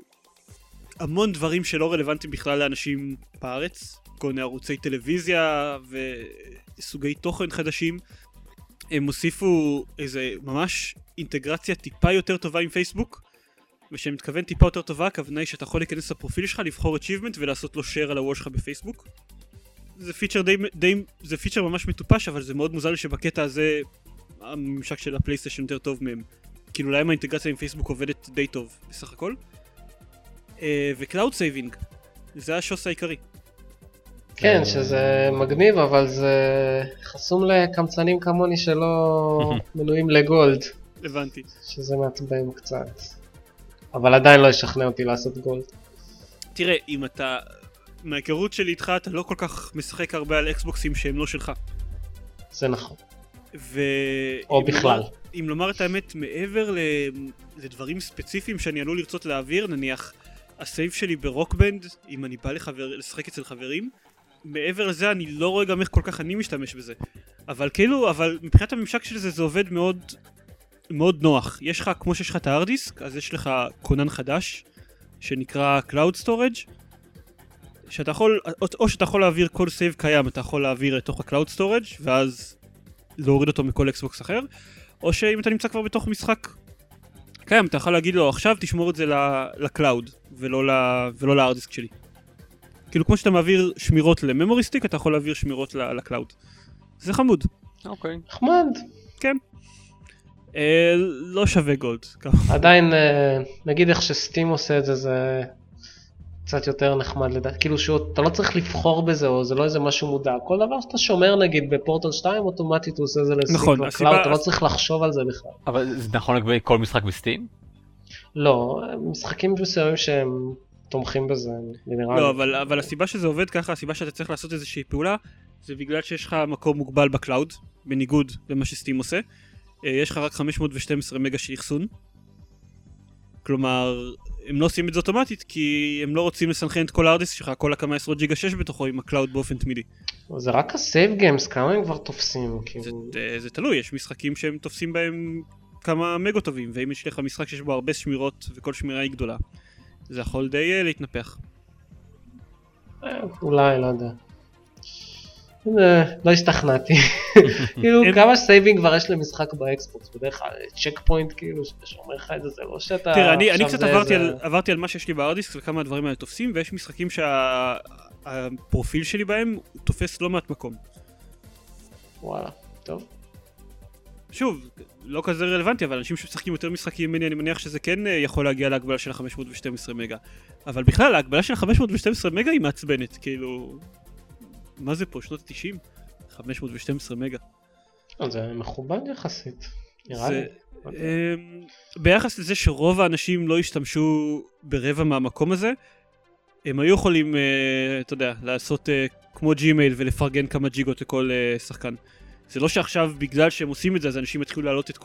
המון דברים שלא רלוונטיים בכלל לאנשים בארץ, כל מיני ערוצי טלוויזיה וסוגי תוכן חדשים. הם הוסיפו איזה ממש אינטגרציה טיפה יותר טובה עם פייסבוק, ושאני מתכוון טיפה יותר טובה, הכוונה היא שאתה יכול להיכנס לפרופיל שלך, לבחור achievement ולעשות לו share על הוול שלך בפייסבוק. זה פיצ'ר זה פיצ'ר ממש מטופש, אבל זה מאוד מוזר שבקטע הזה הממשק של הפלייסטיישן יותר טוב מהם. כאילו להם האינטגרציה עם פייסבוק עובדת די טוב בסך הכל. וקלאוד סייבינג, זה השוס העיקרי. כן, שזה מגניב, אבל זה חסום לקמצנים כמוני שלא מנויים לגולד. הבנתי. שזה מעצבן קצת. אבל עדיין לא ישכנע אותי לעשות גולד. תראה, אם אתה... מההיכרות שלי איתך, אתה לא כל כך משחק הרבה על אקסבוקסים שהם לא שלך. זה נכון. ו... או בכלל. אם לומר את האמת, מעבר לדברים ספציפיים שאני עלול לרצות להעביר, נניח הסייב שלי ברוקבנד, אם אני בא לשחק אצל חברים, מעבר לזה אני לא רואה גם איך כל כך אני משתמש בזה. אבל כאילו, מבחינת הממשק של זה עובד מאוד... מאוד נוח. יש לך, כמו שיש לך את הארדיסק, אז יש לך כונן חדש שנקרא Cloud Storage, שאתה יכול, או שאתה יכול להעביר כל סייב קיים, אתה יכול להעביר לתוך ה-Cloud Storage, ואז להוריד אותו מכל אקסבוקס אחר, או שאם אתה נמצא כבר בתוך משחק קיים, אתה יכול להגיד לו, עכשיו תשמור את זה ל-Cloud, ולא לארדיסק שלי. כאילו כמו שאתה מעביר שמירות לממורי סטיק, אתה יכול להעביר שמירות ל-Cloud. זה חמוד. אוקיי. חמוד. כן. לא שווה גולד. עדיין, נגיד איך שסטים עושה את זה, זה קצת יותר נחמד לדעת. כאילו שאתה לא צריך לבחור בזה, או זה לא איזה משהו מודע. כל דבר שאתה שומר נגיד בפורטל 2, אוטומטית הוא עושה את זה לסטיק. נכון. אתה לא צריך לחשוב על זה בכלל. אבל זה נכון לגבי כל משחק בסטים? לא, משחקים מסוימים שהם תומכים בזה. לא, אבל הסיבה שזה עובד ככה, הסיבה שאתה צריך לעשות איזושהי פעולה, זה בגלל שיש לך מקום מוגבל בקלאוד, בניגוד למה שסטים עושה. יש לך רק 512 מגה של אחסון. כלומר, הם לא עושים את זה אוטומטית, כי הם לא רוצים לסנכרן את כל הארדיסק שלך, כל הכמה עשרות ג'יגה 6 בתוכו עם הקלאוד באופן תמידי. זה רק הסייב גיימס, כמה הם כבר תופסים? זה תלוי, יש משחקים שהם תופסים בהם כמה מגה טובים, ואם יש לך משחק שיש בו הרבה שמירות וכל שמירה היא גדולה, זה יכול די להתנפח. אולי, לא יודע. לא השתכנעתי. כאילו, כמה סייבינג כבר יש למשחק באקסבוקס, בדרך כלל צ'ק פוינט כאילו, שאומר לך את זה, זה לא שאתה... תראה, אני קצת עברתי על מה שיש לי בארדיסק וכמה הדברים האלה תופסים, ויש משחקים שהפרופיל שלי בהם תופס לא מעט מקום. וואלה, טוב. שוב, לא כזה רלוונטי, אבל אנשים שמשחקים יותר משחקים ממני, אני מניח שזה כן יכול להגיע להגבלה של 512 מגה. אבל בכלל, ההגבלה של 512 מגה היא מעצבנת, כאילו... מה זה פה? שנות ה-90? 512 מגה. זה מכובד יחסית, נראה לי. ביחס לזה שרוב האנשים לא השתמשו ברבע מהמקום הזה, הם היו יכולים, אתה יודע, לעשות כמו ג'ימייל ולפרגן כמה ג'יגות לכל שחקן. זה לא שעכשיו בגלל שהם עושים את זה, אז אנשים יתחילו להעלות את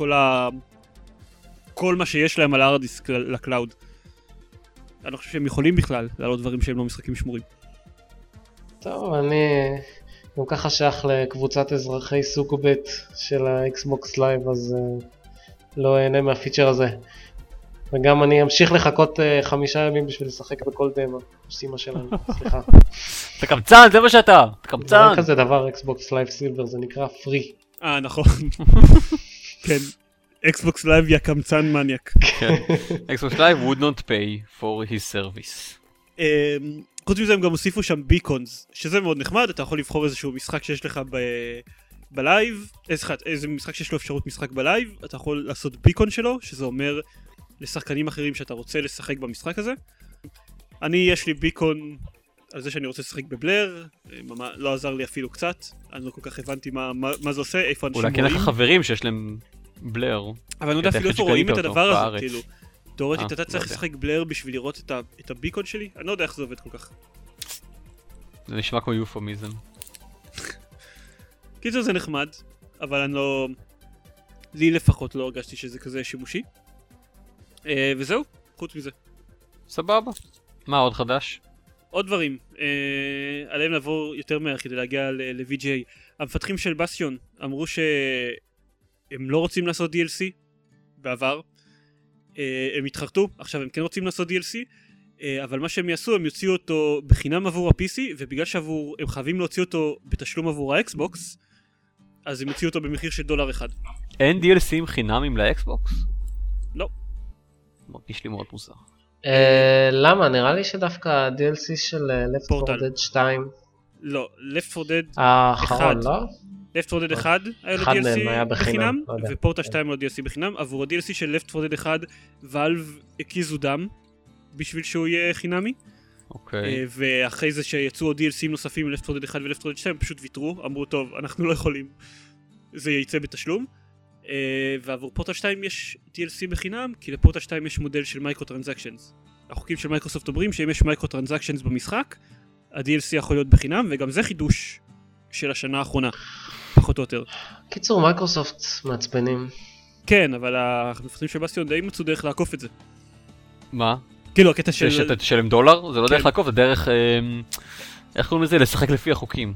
כל מה שיש להם על הארדיסק לקלאוד. אני לא חושב שהם יכולים בכלל להעלות דברים שהם לא משחקים שמורים. טוב, אני גם ככה שייך לקבוצת אזרחי סוג ב' של האקסבוקס לייב, אז לא אהנה מהפיצ'ר הזה. וגם אני אמשיך לחכות 5 ימים בשביל לשחק בכל דמה, עושימה שלנו, סליחה. אתה קמצן, זה מה שאתה, אתה קמצן. זה כזה דבר אקסבוקס לייב סילבר, זה נקרא פרי. נכון. כן, אקסבוקס לייב יא קמצן מניאק. אקסבוקס לייב would not pay for his service. חוץ מזה הם גם הוסיפו שם ביקונס, שזה מאוד נחמד, אתה יכול לבחור איזשהו משחק שיש לך בלייב, איזה משחק שיש לו אפשרות משחק בלייב, אתה יכול לעשות ביקון שלו, שזה אומר לשחקנים אחרים שאתה רוצה לשחק במשחק הזה. יש לי ביקון על זה שאני רוצה לשחק בבלר, לא עזר לי אפילו קצת, אני לא כל כך הבנתי מה זה עושה, איפה אנשים רואים. אולי כן לך חברים שיש להם בלר. אבל אני לא יודע אפילו איפה רואים את הדבר הזה, כאילו. תיאורטית אתה צריך לשחק בלר בשביל לראות את הביקון שלי? אני לא יודע איך זה עובד כל כך. זה נשמע כמו יופומיזם. קיצור זה נחמד, אבל אני לא... לי לפחות לא הרגשתי שזה כזה שימושי. וזהו, חוץ מזה. סבבה. מה עוד חדש? עוד דברים. עליהם לעבור יותר מהר כדי להגיע ל-VGA. המפתחים של בסטיון אמרו שהם לא רוצים לעשות DLC בעבר. הם התחרטו, עכשיו הם כן רוצים לעשות DLC, אבל מה שהם יעשו, הם יוציאו אותו בחינם עבור ה-PC, ובגלל שהם חייבים להוציא אותו בתשלום עבור האקסבוקס, אז הם יוציאו אותו במחיר של $1. אין DLCים חינמים לאקסבוקס? לא. מרגיש לי מאוד מוזר. למה? נראה לי שדווקא ה-DLC של Left 4 Dead 2... לא, Left 4 Dead 1. האחרון, לא? Left 4 Dead 1 היה לו DLC בחינם, ופורטה 2 היה לו DLC בחינם. עבור ה-DLC של Left 4 Dead 1, ואלב הקיזו דם בשביל שהוא יהיה חינמי. אוקיי. ואחרי זה שיצאו עוד DLCים נוספים ל-Left 4 Dead 1 ו-Left 4 Dead 2, הם פשוט ויתרו, אמרו טוב, אנחנו לא יכולים, זה ייצא בתשלום. ועבור פורטה 2 יש DLC בחינם, כי לפורטה 2 יש מודל של מייקרו-טרנזקשנס. החוקים של מייקרוסופט אומרים שאם יש מייקרו-טרנזקשנס במשחק, ה-DLC יכול להיות בחינם, וגם זה חידוש של השנה האחרונה, פחות או יותר. קיצור, מייקרוסופט מעצבנים. כן, אבל המפתחים של בסטיון די מצאו דרך לעקוף את זה. מה? כאילו, הקטע של... שאתה תשלם $? זה לא דרך לעקוף, זה דרך... איך קוראים לזה? לשחק לפי החוקים.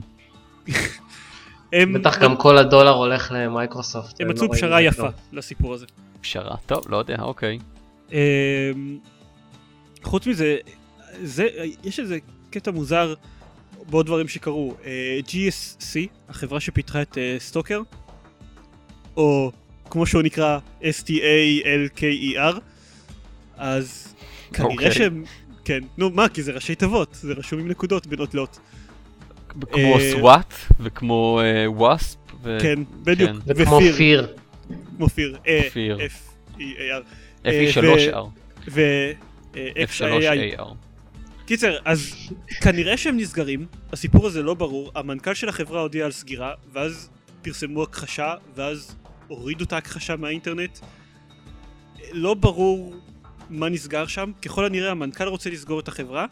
בטח גם כל $1 הולך למייקרוסופט. הם מצאו פשרה יפה לסיפור הזה. פשרה? טוב, לא יודע, אוקיי. חוץ מזה, יש איזה קטע מוזר בעוד דברים שקרו. GSC, החברה שפיתחה את סטוקר, או כמו שהוא נקרא STALKER, אז כנראה שהם... כן, נו מה, כי זה ראשי תיבות, זה רשום עם נקודות בין אות לאות. כמו SWAT וכמו WASP. כן, בדיוק. וכמו פיר. כמו פיר. F-E-A-R. F3R. ו-F3AR. קיצר, אז כנראה שהם נסגרים, הסיפור הזה לא ברור, המנכ"ל של החברה הודיע על סגירה, ואז פרסמו הכחשה, ואז הורידו את ההכחשה מהאינטרנט. לא ברור מה נסגר שם, ככל הנראה המנכ"ל רוצה לסגור את החברה,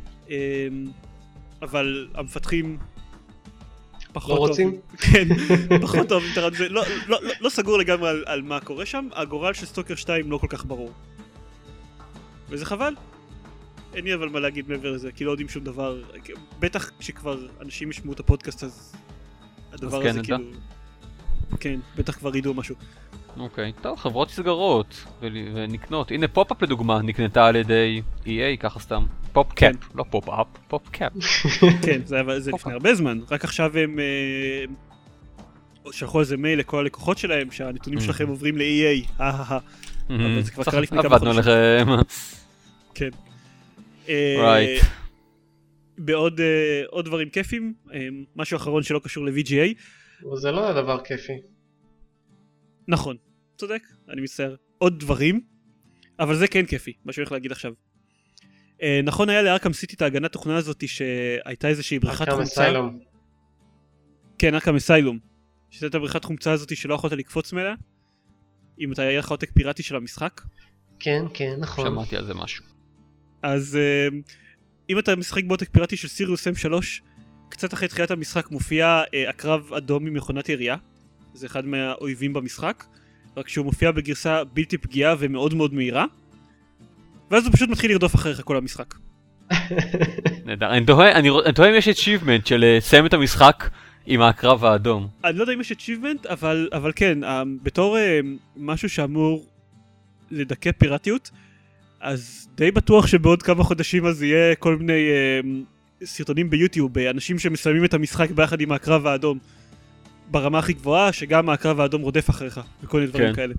אבל המפתחים פחות לא רוצים? כן, פחות טוב. לא סגור לגמרי על מה קורה שם, הגורל של סטוקר 2 לא כל כך ברור. וזה חבל. אין לי אבל מה להגיד מעבר לזה, כי לא יודעים שום דבר. בטח כשכבר אנשים ישמעו את הפודקאסט, אז הדבר הזה כאילו... כן, בטח כבר ידעו משהו. אוקיי, טוב, חברות נסגרות ונקנות. הנה פופ-אפ לדוגמה, נקנתה על ידי EA, ככה סתם. פופ-קאפ, לא פופ-אפ, פופ-קאפ. כן, זה לפני הרבה זמן, רק עכשיו הם שלחו איזה מייל לכל הלקוחות שלהם שהנתונים שלכם עוברים ל-EA, אבל זה כבר קרה לפני כמה חודשים. עבדנו לכם. כן. Right. בעוד דברים כיפים, משהו אחרון שלא קשור ל-VGA. זה לא הדבר כיפי. נכון, צודק, אני מצטער. עוד דברים, אבל זה כן כיפי, מה שאני הולך להגיד עכשיו. נכון היה לארקם סיטי את ההגנת תוכנה הזאת שהייתה איזושהי בריכת חומצה. ארקם אסיילום. כן, ארקם אסיילום. שהייתה בריכת חומצה הזאת שלא יכולת לקפוץ ממנה, אם אתה היה לך עותק פיראטי של המשחק. כן, כן, נכון. שמעתי על זה משהו. אז אם אתה משחק בעותק פיראטי של סיריוס M3, קצת אחרי תחילת המשחק מופיע עקרב אדום ממכונת ירייה. זה אחד מהאויבים במשחק, רק שהוא מופיע בגרסה בלתי פגיעה ומאוד מאוד מהירה, ואז הוא פשוט מתחיל לרדוף אחריך כל המשחק. נהדר, אני תוהה אם יש achievement של סיים את המשחק עם העקרב האדום. אני לא יודע אם יש achievement, אבל כן, בתור משהו שאמור לדכא פיראטיות, אז די בטוח שבעוד כמה חודשים אז יהיה כל מיני סרטונים ביוטיוב, אנשים שמסיימים את המשחק ביחד עם העקרב האדום, ברמה הכי גבוהה, שגם העקרב האדום רודף אחריך, וכל מיני דברים כאלה.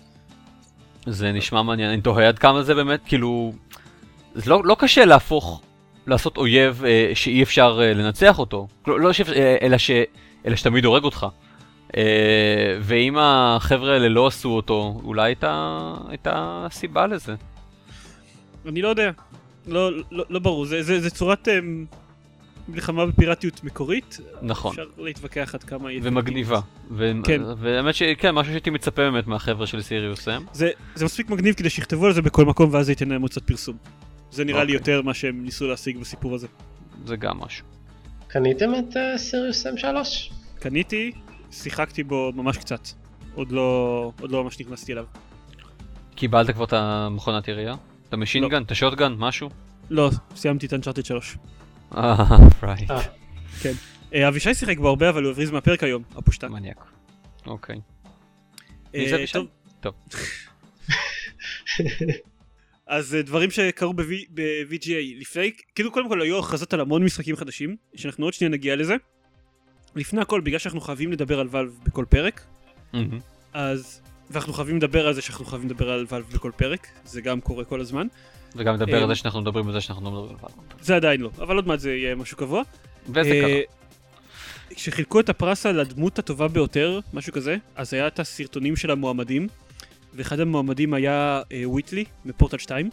זה נשמע מעניין, אני תוהה עד כמה זה באמת, כאילו, זה לא קשה לעשות אויב שאי אפשר לנצח אותו, אלא שתמיד הורג אותך. ואם החבר'ה האלה לא עשו אותו, אולי הייתה סיבה לזה. אני לא יודע, לא ברור, זה צורת מלחמה בפיראטיות מקורית. נכון. אפשר להתווכח עד כמה היא... ומגניבה. והאמת שכן, משהו שהייתי מצפה באמת מהחבר'ה של סיריוס M. זה מספיק מגניב כדי שיכתבו על זה בכל מקום ואז זה ייתן להם הוצאת פרסום. זה נראה לי יותר מה שהם ניסו להשיג בסיפור הזה. זה גם משהו. קניתם את סיריוס M3? קניתי, שיחקתי בו ממש קצת. עוד לא ממש נכנסתי אליו. קיבלת כבר את המכונת ירייה? את המשינגן? את השוטגן? משהו? לא, סיימתי את אנצ'ארטד 3. right. כן. אבישי שיחק בו הרבה, אבל הוא הבריז מהפרק היום, הפושטן. מניאק. אוקיי. מי זה אבישי? טוב. אז דברים שקרו ב-VGA לפני, כאילו קודם כל היו הכרזות על המון משחקים חדשים, שאנחנו עוד שנייה נגיע לזה. לפני הכל, בגלל שאנחנו חייבים לדבר על ואלב בכל פרק, ואנחנו חייבים לדבר על זה שאנחנו חייבים לדבר על ואלב בכל פרק, זה גם קורה כל הזמן. וגם לדבר על זה שאנחנו מדברים על זה שאנחנו מדברים על ואלב. זה עדיין לא, אבל עוד מעט זה יהיה משהו קבוע. וזה קרה. כשחילקו את הפרס על הדמות הטובה ביותר, משהו כזה, אז היה את הסרטונים של המועמדים, ואחד המועמדים היה וויטלי מפורטל 2.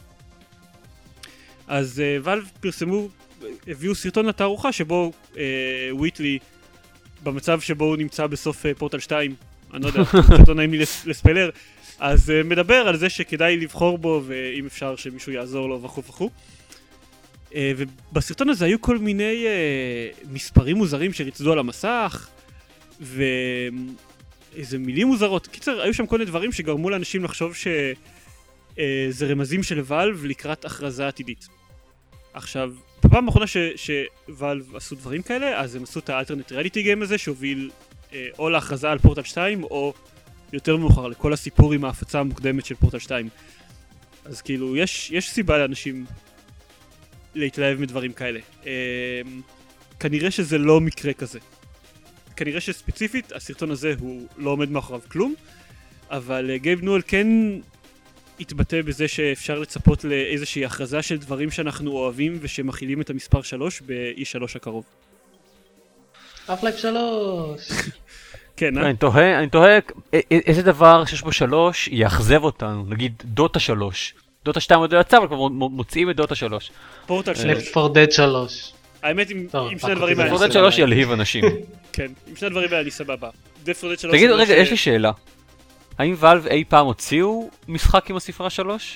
אז ואלב פרסמו, הביאו סרטון לתערוכה שבו וויטלי, במצב שבו הוא נמצא בסוף פורטל 2, אני לא יודע, זה לא נעים לי לספיילר, אז מדבר על זה שכדאי לבחור בו, ואם אפשר שמישהו יעזור לו וכו' וכו'. ובסרטון הזה היו כל מיני מספרים מוזרים שריצדו על המסך, ואיזה מילים מוזרות. קיצר, היו שם כל מיני דברים שגרמו לאנשים לחשוב שזה רמזים של ואלב לקראת הכרזה עתידית. עכשיו, בפעם האחרונה שוואלב עשו דברים כאלה, אז הם עשו את האלטרנט ריאליטי גיים הזה, שהוביל או להכרזה על פורטל 2, או יותר מאוחר לכל הסיפור עם ההפצה המוקדמת של פורטל 2. אז כאילו, יש סיבה לאנשים להתלהב מדברים כאלה. כנראה שזה לא מקרה כזה. כנראה שספציפית, הסרטון הזה הוא לא עומד מאחוריו כלום, אבל גייב נואל כן התבטא בזה שאפשר לצפות לאיזושהי הכרזה של דברים שאנחנו אוהבים ושמכילים את המספר 3 ב-E3 הקרוב. Half-Life 3! כן, אני תוהה איזה דבר שיש בו 3 יאכזב אותנו, נגיד דוטה 3. דוטה 2 עוד לא יצא, אבל כבר מוציאים את דוטה 3. פורטל 3. Left 4 Dead 3. האמת, עם שני הדברים האלה... פורטל 3 ילהיב אנשים. כן, עם שני הדברים האלה אני סבבה. תגיד, רגע, יש לי שאלה. האם ואלב אי פעם הוציאו משחק עם הספרה 3?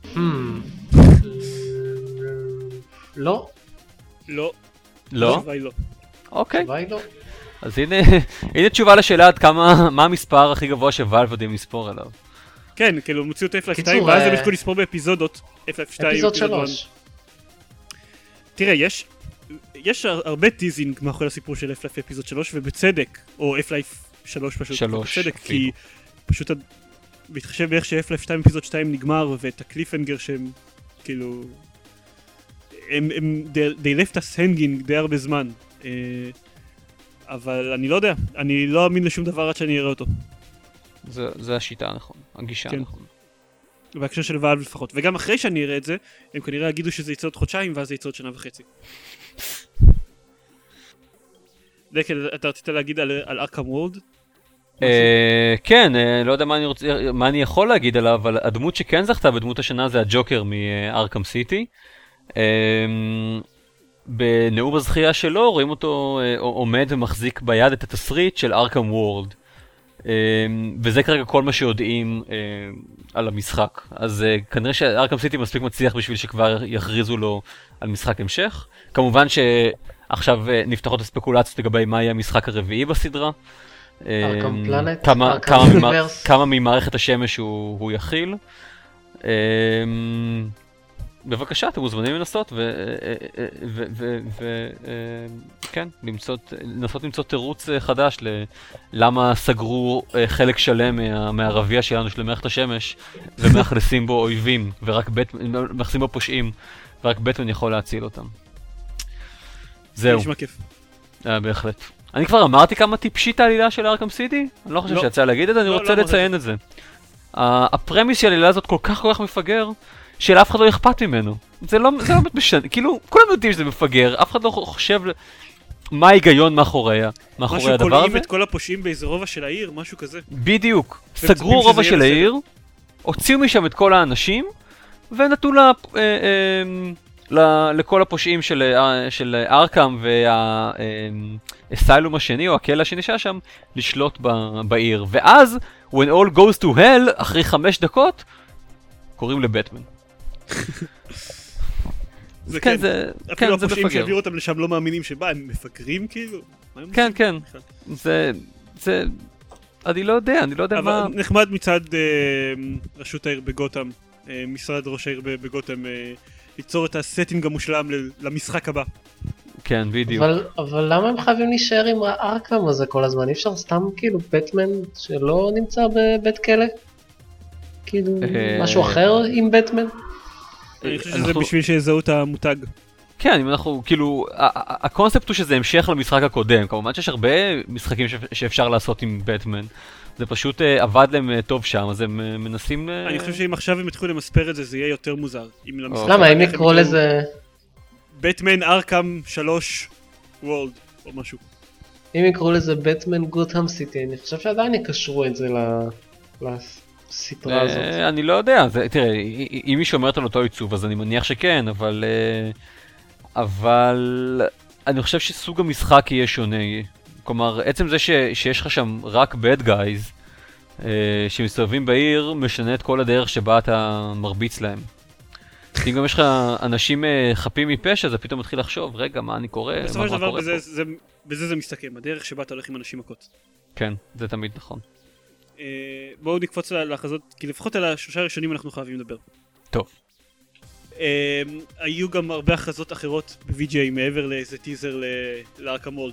לא. לא. לא? התשובה היא לא. אוקיי. התשובה היא לא. אז הנה תשובה לשאלה עד כמה, מה המספר הכי גבוה שוואלב יודעים לספור עליו. כן, כאילו הוציאו את Half-Life 2, ואז הם התחילו לספור באפיזודות. Half-Life 2, אפיזוד 3. תראה, יש הרבה טיזינג מאחורי הסיפור של Half-Life אפיזוד 3, ובצדק, או Half-Life 3 פשוט, 3, בצדק, כי פשוט בהתחשב באיך ש-Half-Life 2 אפיזוד 2 נגמר, ואת הקליפהנגר שהם, כאילו... they left us hanging די הרבה זמן. אבל אני לא יודע, אני לא אאמין לשום דבר עד שאני אראה אותו. זה השיטה הנכון, הגישה הנכון. בהקשר של ואלב לפחות. וגם אחרי שאני אראה את זה, הם כנראה יגידו שזה יצא עוד חודשיים, ואז זה יצא עוד שנה וחצי. דקל, אתה רצית להגיד על ארכם וורלד? כן, לא יודע מה אני יכול להגיד עליו, אבל הדמות שכן זכתה בדמות השנה זה הג'וקר מארכם סיטי. בנאום הזכייה שלו רואים אותו עומד ומחזיק ביד את התסריט של ארכם וורלד. וזה כרגע כל מה שיודעים על המשחק. אז כנראה שארכם סיטי מספיק מצליח בשביל שכבר יכריזו לו על משחק המשך. כמובן שעכשיו נפתחות הספקולציות לגבי מה יהיה המשחק הרביעי בסדרה. ארכם פלנט, כמה ממערכת השמש הוא יכיל. בבקשה, אתם מוזמנים לנסות וכן, לנסות למצוא תירוץ חדש למה סגרו חלק שלם מהרביע שלנו של מערכת השמש ומאכלסים בו אויבים ומאכלסים בו פושעים ורק בטמן יכול להציל אותם. זהו. נשמע כיף. בהחלט. אני כבר אמרתי כמה טיפשית העלילה של ארכם סיטי? אני לא חושב שיצא להגיד את זה, אני רוצה לציין את זה. הפרמיס של העלילה הזאת כל כך מפגר שלאף אחד לא אכפת ממנו. זה לא באמת משנה, כאילו, כולם יודעים שזה מפגר, אף אחד לא חושב מה ההיגיון מאחורי הדבר הזה. משהו קולעים את כל הפושעים באיזה רובע של העיר, משהו כזה. בדיוק. סגרו רובע של העיר, הוציאו משם את כל האנשים, ונתנו לכל הפושעים של ארכם והאסיילום השני, או הכלא שנשאר שם, לשלוט בעיר. ואז, when all goes to hell, אחרי 5 דקות, קוראים לבטמן. זה כן, אפילו הפושעים שהביאו אותם לשם לא מאמינים שבה, הם מפגרים כאילו? כן, זה... אני לא יודע מה... אבל נחמד מצד רשות העיר בגותם, משרד ראש העיר בגותם, ליצור את הסטינג המושלם למשחק הבא. כן, בדיוק. אבל למה הם חייבים להישאר עם הארכם הזה כל הזמן? אי אפשר סתם כאילו בטמן שלא נמצא בבית כלא? כאילו משהו אחר עם בטמן? אני חושב שזה בשביל שיזהו את המותג. כן, אם אנחנו, כאילו, הקונספט הוא שזה המשך למשחק הקודם. כמובן שיש הרבה משחקים שאפשר לעשות עם בטמן. זה פשוט עבד להם טוב שם, אז הם מנסים... אני חושב שאם עכשיו הם יתחילו למספר את זה, זה יהיה יותר מוזר. למה, אם יקראו לזה... בטמן ארכם 3 וורלד, או משהו. אם יקראו לזה בטמן גותם סיטי, אני חושב שעדיין יקשרו את זה לסדרה הזאת. אני לא יודע, תראה, אם היא שומרת על אותו עיצוב, אז אני מניח שכן, אבל אני חושב שסוג המשחק יהיה שונה. כלומר, עצם זה שיש לך שם רק bad guys שמסתובבים בעיר, משנה את כל הדרך שבה אתה מרביץ להם. אם גם יש לך אנשים חפים מפשע, אז פתאום מתחיל לחשוב, רגע, מה אני קורא? בסופו של דבר, בזה זה מסתכם, הדרך שבה אתה הולך עם אנשים מכות. כן, זה תמיד נכון. בואו נקפוץ להכרזות, כי לפחות על השלושה הראשונים אנחנו חייבים לדבר. טוב. היו גם הרבה הכרזות אחרות ב-VGA מעבר לאיזה טיזר לארכם וורלד.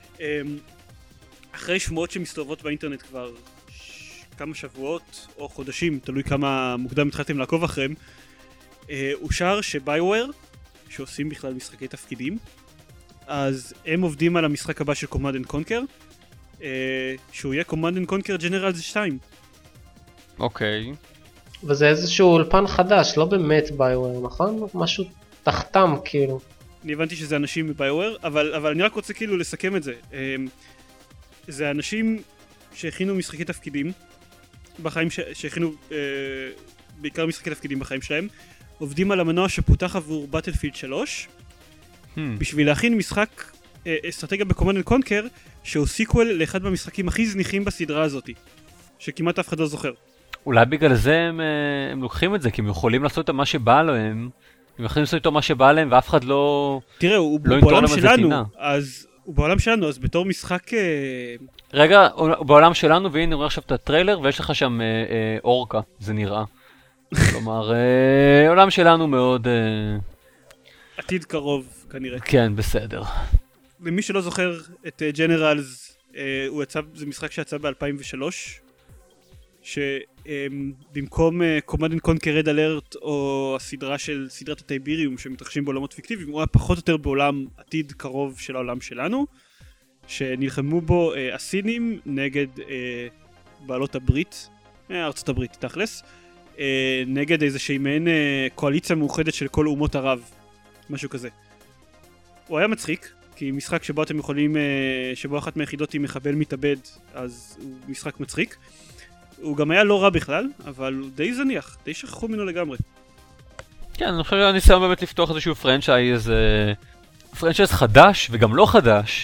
אחרי שמועות שמסתובבות באינטרנט כבר כמה שבועות או חודשים, תלוי כמה מוקדם התחלתם לעקוב אחריהם, אושר שביואר, שעושים בכלל משחקי תפקידים, אז הם עובדים על המשחק הבא של Command & Conquer, שהוא יהיה Command & Conquer Generals 2. אוקיי. וזה איזשהו אולפן חדש, לא באמת ביואר, נכון? משהו תחתם כאילו. אני הבנתי שזה אנשים מביואר, אבל אני רק רוצה כאילו לסכם את זה. זה אנשים שהכינו משחקי תפקידים בחיים, שהכינו בעיקר משחקי תפקידים בחיים שלהם, עובדים על המנוע שפותח עבור Battlefield 3, בשביל להכין משחק אסטרטגיה ב-Command & Conquer, שהוא סיקוול לאחד מהמשחקים הכי זניחים בסדרה הזאת, שכמעט אף אחד לא זוכר. אולי בגלל זה הם לוקחים את זה, כי הם יכולים לעשות את מה שבא להם, הם יכולים לעשות איתו מה שבא להם, ואף אחד לא... תראה, הוא בעולם שלנו, הוא בעולם שלנו, אז בתור משחק... רגע, הוא בעולם שלנו, והנה רואה עכשיו את הטריילר, ויש לך שם אורקה, זה נראה. כלומר, עולם שלנו מאוד... עתיד קרוב, כנראה. כן, בסדר. למי שלא זוכר את ג'נרלס, זה משחק שיצא ב-2003, שבמקום Command and Conquer Red Alert או סדרת הטייביריום שמתרחשים בעולמות פיקטיביים, הוא היה פחות או יותר בעולם עתיד קרוב של העולם שלנו, שנלחמו בו הסינים נגד בעלות הברית, ארצות הברית תכלס, נגד איזושהי מעין קואליציה מאוחדת של כל אומות ערב, משהו כזה. הוא היה מצחיק, כי משחק שבו אתם יכולים, שבו אחת מהיחידות היא מחבל מתאבד, אז הוא משחק מצחיק. הוא גם היה לא רע בכלל, אבל הוא די זניח, די שכחו ממנו לגמרי. כן, אני חושב שהניסיון באמת לפתוח איזשהו פרנצ'ייז חדש וגם לא חדש,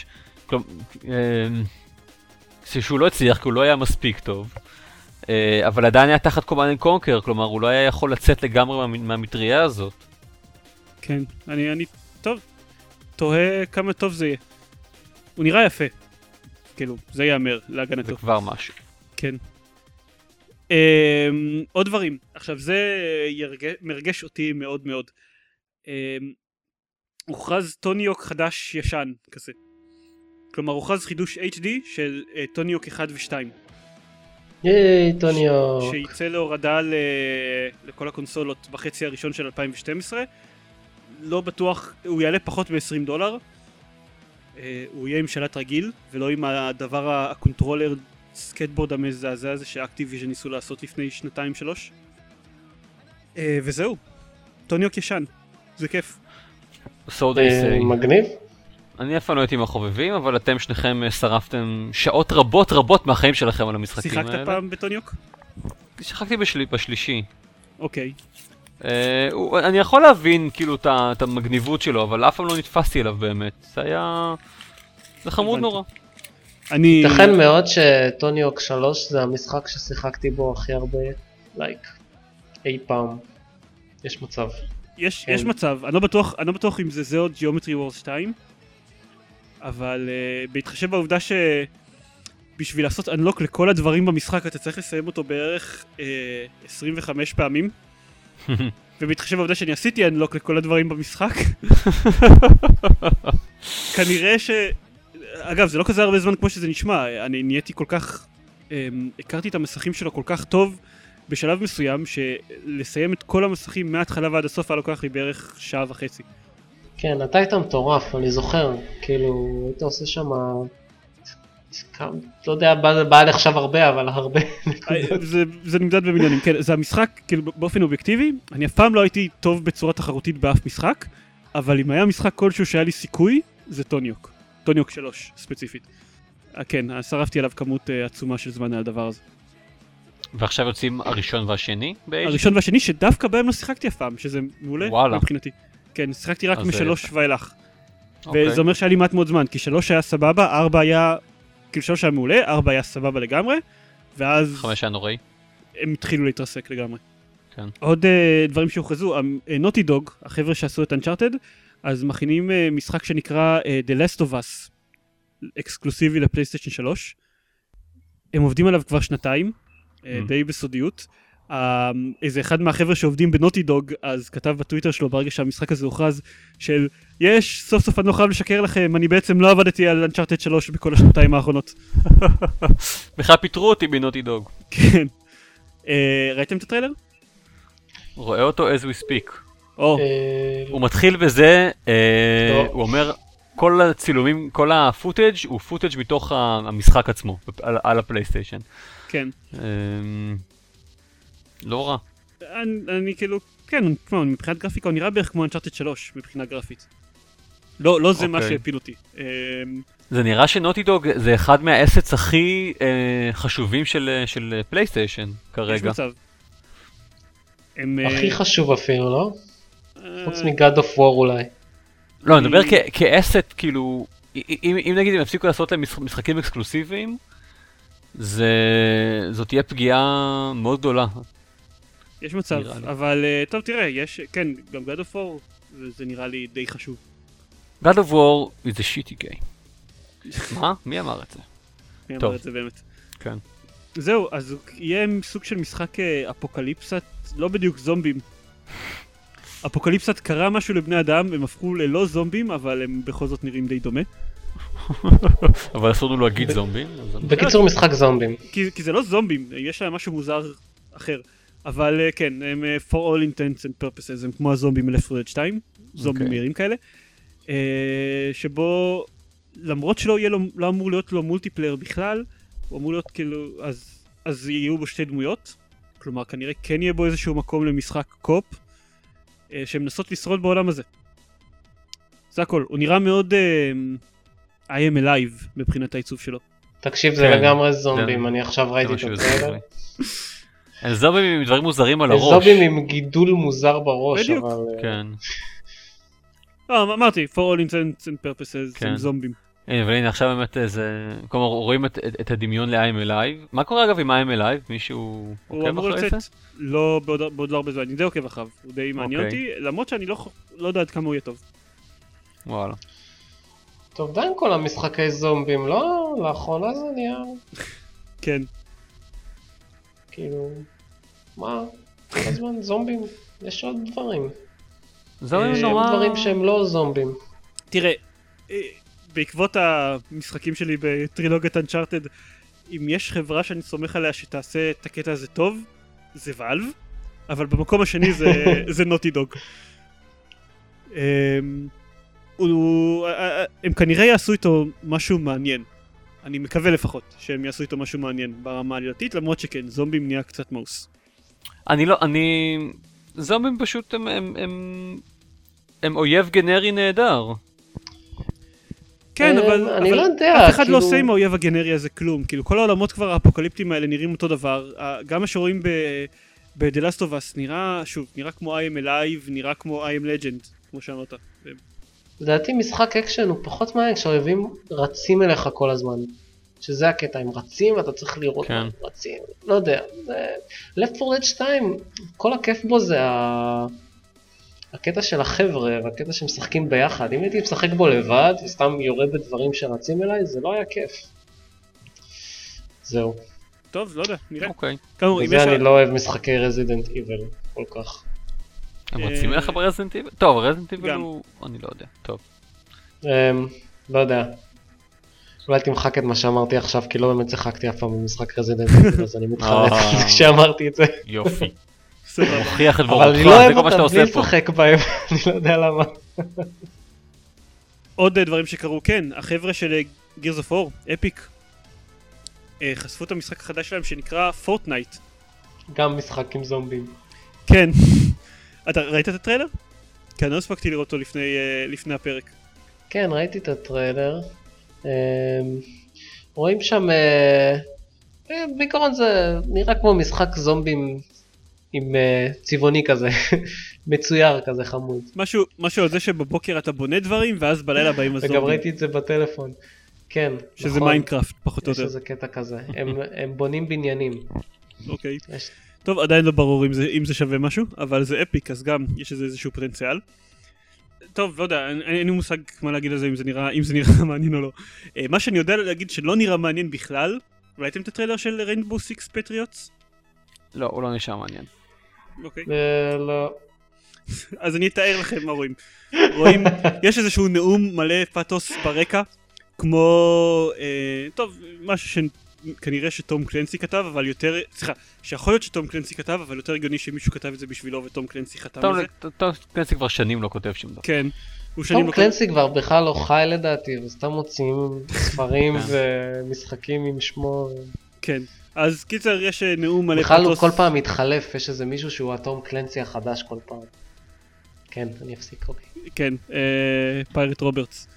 שהוא לא הצליח, כי הוא לא היה מספיק טוב, אבל עדיין היה תחת Command and Conquer, כלומר הוא לא היה יכול לצאת לגמרי מהמטריה הזאת. כן, אני טוב, תוהה כמה טוב זה יהיה. הוא נראה יפה, כאילו, זה יאמר להגנתו. זה כבר משהו. כן. עוד דברים, עכשיו זה מרגש אותי מאוד מאוד. הוכרז טוניוק חדש ישן כזה. כלומר הוכרז חידוש HD של טוניוק 1 ו-2. ייי טוניוק. שייצא להורדה לכל הקונסולות בחצי הראשון של 2012. לא בטוח, הוא יעלה פחות ב$20. הוא יהיה עם שלט רגיל ולא עם הדבר הקונטרולר סקטבורד המזעזע הזה שאקטיביז'ן ניסו לעשות לפני 2-3. וזהו, טוניוק ישן, זה כיף. מגניב. אני אף לא הייתי מהחובבים, אבל אתם שניכם שרפתם שעות רבות מהחיים שלכם על המשחקים האלה. שיחקת פעם בטוניוק? שיחקתי בשלישי. אוקיי. אני יכול להבין כאילו את המגניבות שלו, אבל אף פעם לא נתפסתי אליו באמת. זה חמוד נורא. ייתכן מאוד שטוניוק 3 זה המשחק ששיחקתי בו הכי הרבה, אי פעם. יש מצב. יש מצב, אני לא בטוח אם זה עוד Geometry Wars 2, אבל בהתחשב בעובדה שבשביל לעשות unlock לכל הדברים במשחק אתה צריך לסיים אותו בערך 25 פעמים, ובהתחשב בעובדה שאני עשיתי unlock לכל הדברים במשחק, כנראה אגב, זה לא כזה הרבה זמן כמו שזה נשמע, אני נהייתי כל כך, הכרתי את המסכים שלו כל כך טוב, בשלב מסוים שלסיים את כל המסכים מההתחלה ועד הסוף היה לוקח לי בערך 1.5 שעות. כן, אתה היית מטורף, אני זוכר, כאילו, היית עושה שם, לא יודע, בא לי עכשיו הרבה, אבל הרבה נקודות. זה נמדד במיליונים, כן, זה המשחק, כאילו, באופן אובייקטיבי, אני אף פעם לא הייתי טוב בצורה תחרותית באף משחק, אבל אם היה משחק כלשהו שהיה לי סיכוי, זה טוניוק 3 ספציפית. כן, שרפתי עליו כמות עצומה של זמן על הדבר הזה. ועכשיו יוצאים הראשון והשני? הראשון והשני שדווקא בהם לא שיחקתי אף פעם, שזה מעולה מבחינתי. כן, שיחקתי רק מ3 ואילך. וזה אומר שהיה לי מעט מאוד זמן, כי 3 היה סבבה, 4 היה, כאילו 3 היה מעולה, 4 היה סבבה לגמרי, ואז 5 היה נוראי. הם התחילו להתרסק לגמרי. כן. עוד דברים שהוכרזו, נוטי דוג, החבר'ה שעשו את Uncharted, אז מכינים משחק שנקרא The Last of Us, אקסקלוסיבי לפלייסטיישן 3. הם עובדים עליו כבר 2 די בסודיות. איזה אחד מהחבר'ה שעובדים בנוטי דוג אז כתב בטוויטר שלו ברגע שהמשחק הזה הוכרז של יש סוף סוף אני לא חייב לשקר לכם, אני בעצם לא עבדתי על Uncharted 3 בכל 2 האחרונות. בכלל פיטרו אותי בנוטי דוג. כן. ראיתם את הטריילר? רואה אותו as we speak. הוא מתחיל בזה, הוא אומר כל הצילומים, כל הפוטאג' הוא פוטאג' מתוך המשחק עצמו על הפלייסטיישן. כן. לא רע. אני כאילו, כן, מבחינת גרפיקה הוא נראה בערך כמו Uncharted 3 מבחינה גרפית. לא זה מה שהפיל אותי. זה נראה שנוטי דוג זה אחד מהאסטס הכי חשובים של פלייסטיישן כרגע. יש מצב. הכי חשוב אפילו, לא? חוץ מ-God of War אולי. לא, אני מדבר כאסט, כאילו, אם נגיד הם יפסיקו לעשות להם משחקים אקסקלוסיביים, זאת תהיה פגיעה מאוד גדולה. יש מצב, אבל טוב תראה, יש, כן, גם God of War, זה נראה לי די חשוב. God of War is a shitty game. מה? מי אמר את זה? מי אמר את זה באמת? כן. זהו, אז יהיה סוג של משחק אפוקליפסת, לא בדיוק זומבים. אפוקליפסת קרה משהו לבני אדם, הם הפכו ללא זומבים, אבל הם בכל זאת נראים די דומה. אבל אסור לנו להגיד זומבים. בקיצור משחק זומבים. כי זה לא זומבים, יש להם משהו מוזר אחר. אבל כן, הם for all intents and purposes, הם כמו הזומבים מ-Left 4 Dead 2, זומבים מהירים כאלה. שבו, למרות שלא לא אמור להיות לו מולטיפלייר בכלל, הוא אמור להיות כאילו, אז יהיו בו שתי דמויות. כלומר, כנראה כן יהיה בו איזשהו מקום למשחק קופ, שמנסות לשרוד בעולם הזה. זה הכל, הוא נראה מאוד I am alive מבחינת העיצוב שלו. תקשיב, זה לגמרי זומבים, אני עכשיו ראיתי את הטריילר. זומבים עם דברים מוזרים על הראש. זומבים עם גידול מוזר בראש, בדיוק. כן. אמרתי, for all intents and purposes, הם זומבים. אבל הנה עכשיו באמת זה, כלומר רואים את הדמיון ל-I'm Alive. מה קורה אגב עם I'm Alive? מישהו עוקב אחרי זה? לא, בעוד לא הרבה זמן, אני די עוקב אחריו, הוא די מעניין אותי, למרות שאני לא יודע עד כמה הוא יהיה טוב. וואלה. טוב, די עם כל המשחקי זומבים, לא? לאחרונה זה נהיה... כן. כאילו... מה? כל הזמן זומבים, יש עוד דברים. זומבים נורא... דברים שהם לא זומבים. תראה, בעקבות המשחקים שלי בטרילוגיית אנצ'ארטד, אם יש חברה שאני סומך עליה שתעשה את הקטע הזה טוב, זה ואלב, אבל במקום השני זה נוטי דוג. הם כנראה יעשו איתו משהו מעניין. אני מקווה לפחות שהם יעשו איתו משהו מעניין ברמה העלילתית, למרות שכן, זומבים נהיה קצת מאוס. זומבים פשוט הם אויב גנרי נהדר. כן, אבל לא יודע, אף אחד לא עושה עם האויב הגנרי הזה כלום. כאילו, כל העולמות כבר האפוקליפטיים האלה נראים אותו דבר. גם מה שרואים ב-The Last of Us נראה כמו I am alive, נראה כמו I am legend, כמו שאמרת. לדעתי משחק אקשן הוא פחות מעניין כשאויבים רצים אליך כל הזמן. שזה הקטע, הם רצים ואתה צריך לראות מה רצים. לא יודע. Left 4 Dead 2, כל הכיף בו זה הקטע של החבר'ה והקטע שמשחקים ביחד. אם הייתי משחק בו לבד וסתם יורה בדברים שרצים אליי, זה לא היה כיף. זהו. טוב, לא יודע, נראה. אוקיי. וזה אני לא אוהב משחקי רזידנט איבל כל כך. הם רצים אליך ברזידנט איבל? טוב, רזידנט איבל הוא... אני לא יודע, טוב. לא יודע. אולי תמחק את מה שאמרתי עכשיו, כי לא באמת שיחקתי אף פעם במשחק רזידנט איבל, אז אני מתחרט שאמרתי את זה. יופי. מוכיח את אבל דבורתך, אני לא זה כל מה אוהב שאתה אותם בלי עושה פה. לשחק בהם, אני לא יודע למה. עוד דברים שקרו, כן, החבר'ה של Gears of War, אפיק, חשפו את המשחק החדש שלהם שנקרא פורטנייט. גם משחק עם זומבים. כן. אתה ראית את הטריילר? כי אני לא הספקתי לראות אותו לפני הפרק. כן, ראיתי את הטריילר. רואים שם... בעיקרון זה נראה כמו משחק זומבים עם צבעוני כזה, מצויר כזה חמוד. משהו על זה שבבוקר אתה בונה דברים ואז בלילה באים הזומבים. וגם ראיתי את זה בטלפון. כן, שזה מיינקראפט, פחות או יותר. יש איזה קטע כזה. הם בונים בניינים. אוקיי. טוב, עדיין לא ברור אם זה שווה משהו, אבל זה אפיק, אז גם יש איזשהו פוטנציאל. טוב, לא יודע, אין לי מושג מה להגיד על זה, אם זה נראה מעניין או לא. מה שאני יודע להגיד שלא נראה מעניין בכלל, ראיתם את הטריילר של ריינבו סיקס פטריוטס? לא, הוא לא נשאר מעניין. אוקיי. לא. אז אני אתאר לכם מה רואים. רואים, יש איזשהו נאום מלא פאטוס ברקע, כמו, טוב, משהו שכנראה שתום קלנסי כתב, אבל יותר, שיכול להיות שתום קלנסי כתב, אבל יותר הגיוני שמישהו כתב את זה בשבילו ותום קלנסי חתם על זה. תום קלנסי כבר שנים לא כותב שום דבר. כן. תום קלנסי כבר בכלל לא חי לדעתי, וסתם מוצאים ספרים ומשחקים עם שמו. כן. אז קיצר יש נאום מלא פאטוס. בכלל כל פעם מתחלף, יש איזה מישהו שהוא התום קלנסי החדש כל פעם. כן, אני אפסיק, אוקיי. כן, פיירט רוברטס.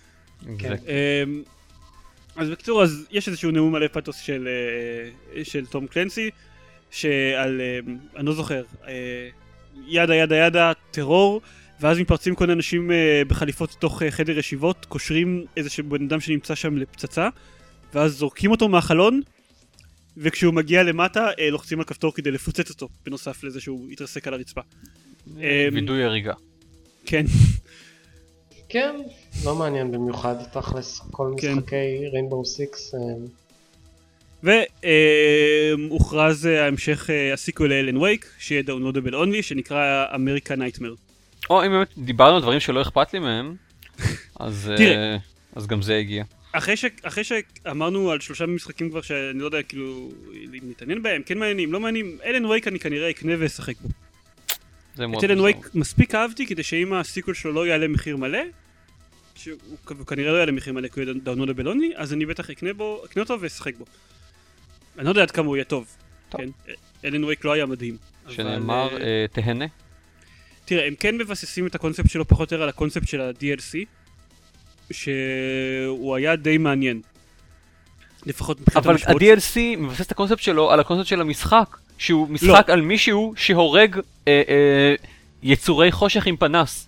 אז בקצור, אז יש איזשהו נאום מלא פאטוס של תום קלנסי, שעל, אני לא זוכר, ידה, טרור, ואז מתפרצים כל אנשים בחליפות תוך חדר ישיבות, קושרים איזשהו בן אדם שנמצא שם לפצצה, ואז זורקים אותו מהחלון, וכשהוא מגיע למטה, לוחצים על כפתור כדי לפוצץ אותו, בנוסף לזה שהוא יתרסק על הרצפה. וידוי הריגה. כן. כן, לא מעניין במיוחד, תכלס, כל משחקי ריינבו סיקס. והוכרז ההמשך הסיקוול לאלן וייק, שיהיה דאונלודבל אונלי, שנקרא אמריקה נייטמר. או אם באמת דיברנו על דברים שלא אכפת לי מהם, אז גם זה הגיע. אחרי שאמרנו על 3 משחקים כבר שאני לא יודע כאילו אם נתעניין בהם, כן מעניינים, לא מעניינים, אלן וייק אני כנראה אקנה ואשחק בו. את אלן וייק מספיק אהבתי כדי שאם הסיקוול שלו לא יעלה מחיר מלא, שהוא כנראה לא יעלה מחיר מלא כי הוא דאונלודבל אונלי, אז אני בטח אקנה אותו ואשחק בו. אני לא יודע עד כמה הוא יהיה טוב. אלן וייק לא היה מדהים. שנאמר תהנה. תראה, הם כן מבססים את הקונספט שלו פחות או יותר על הקונספט של ה-DLC, שהוא היה די מעניין. לפחות מבחינת המשמעות. אבל ה-DLC מבסס את הקונספט שלו על הקונספט של המשחק, שהוא משחק על מישהו שהורג יצורי חושך עם פנס.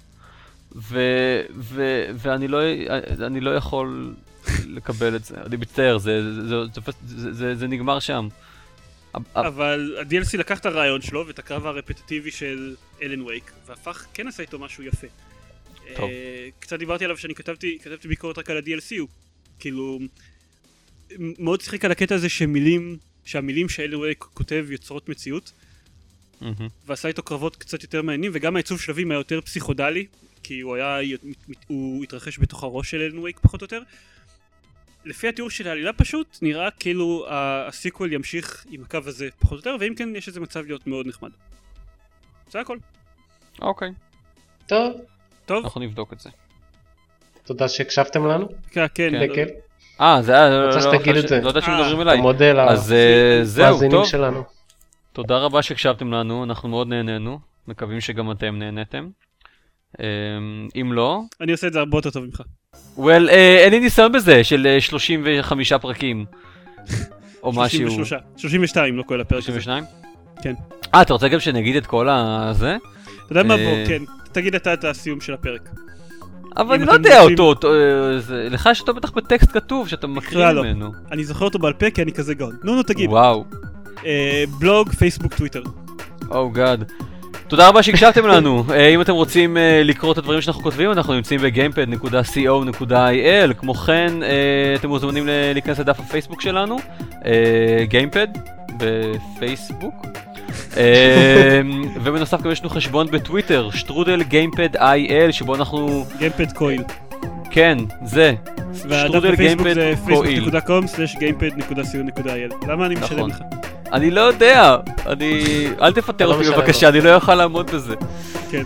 ואני לא יכול לקבל את זה. אני מצטער, זה נגמר שם. אבל ה-DLC לקח את הרעיון שלו ואת הקרב הרפטטיבי של אלן וייק, והפך, כן עשה איתו משהו יפה. טוב. קצת דיברתי עליו שאני כתבתי ביקורת רק על ה-DLC, הוא כאילו מאוד צחיק על הקטע הזה שהמילים שאלן וייק כותב יוצרות מציאות, ועשה איתו קרבות קצת יותר מעניינים, וגם העיצוב שלבים היה יותר פסיכודלי, כי הוא התרחש בתוך הראש של אלן וייק פחות או יותר. לפי התיאור של העלילה פשוט נראה כאילו הסיקוול ימשיך עם הקו הזה פחות או יותר, ואם כן יש איזה מצב להיות מאוד נחמד. זה הכל. אוקיי. טוב. אנחנו נבדוק את זה. תודה שהקשבתם לנו. כן. דקל. זה היה, לא יודע שמדברים אליי. המודל אז זהו, טוב. שלנו. תודה רבה שהקשבתם לנו, אנחנו מאוד נהנינו. מקווים שגם אתם נהניתם. אם לא... אני עושה את זה הרבה יותר טוב ממך. אין לי ניסיון בזה של 35 פרקים. או משהו. 32, לא כל הפרק. 32? כן. אתה רוצה גם שנגיד את כל הזה? אתה יודע מה בוא, כן. תגיד אתה את הסיום של הפרק. אבל אני לא יודע אותו. לך יש אותו בטח בטקסט כתוב שאתה מקריא ממנו. אני זוכר אותו בעל פה כי אני כזה גאון. נו, תגיד. וואו. בלוג, פייסבוק, טוויטר. גאד. תודה רבה שהקשבתם לנו. אם אתם רוצים לקרוא את הדברים שאנחנו כותבים, אנחנו נמצאים ב-gamepad.co.il. כמו כן, אתם מוזמנים להיכנס לדף הפייסבוק שלנו, gamepad בפייסבוק. ובנוסף גם יש לנו חשבון בטוויטר, שטרודל gamepad.il, שבו אנחנו... gamepad coil. כן, זה. והדף בפייסבוק זה facebook.com/gamepad.co.il. למה אני משלם לך? אני לא יודע, אל תפטר אותי בבקשה, אני לא יכול לעמוד בזה. כן.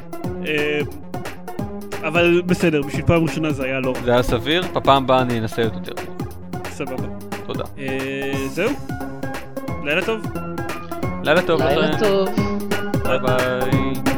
אבל בסדר, בשביל פעם ראשונה זה היה לא. זה היה סביר, בפעם הבאה אני אנסה להיות יותר טוב. סבבה. תודה. זהו. לילה טוב. לילה טוב. לילה טוב. ביי ביי.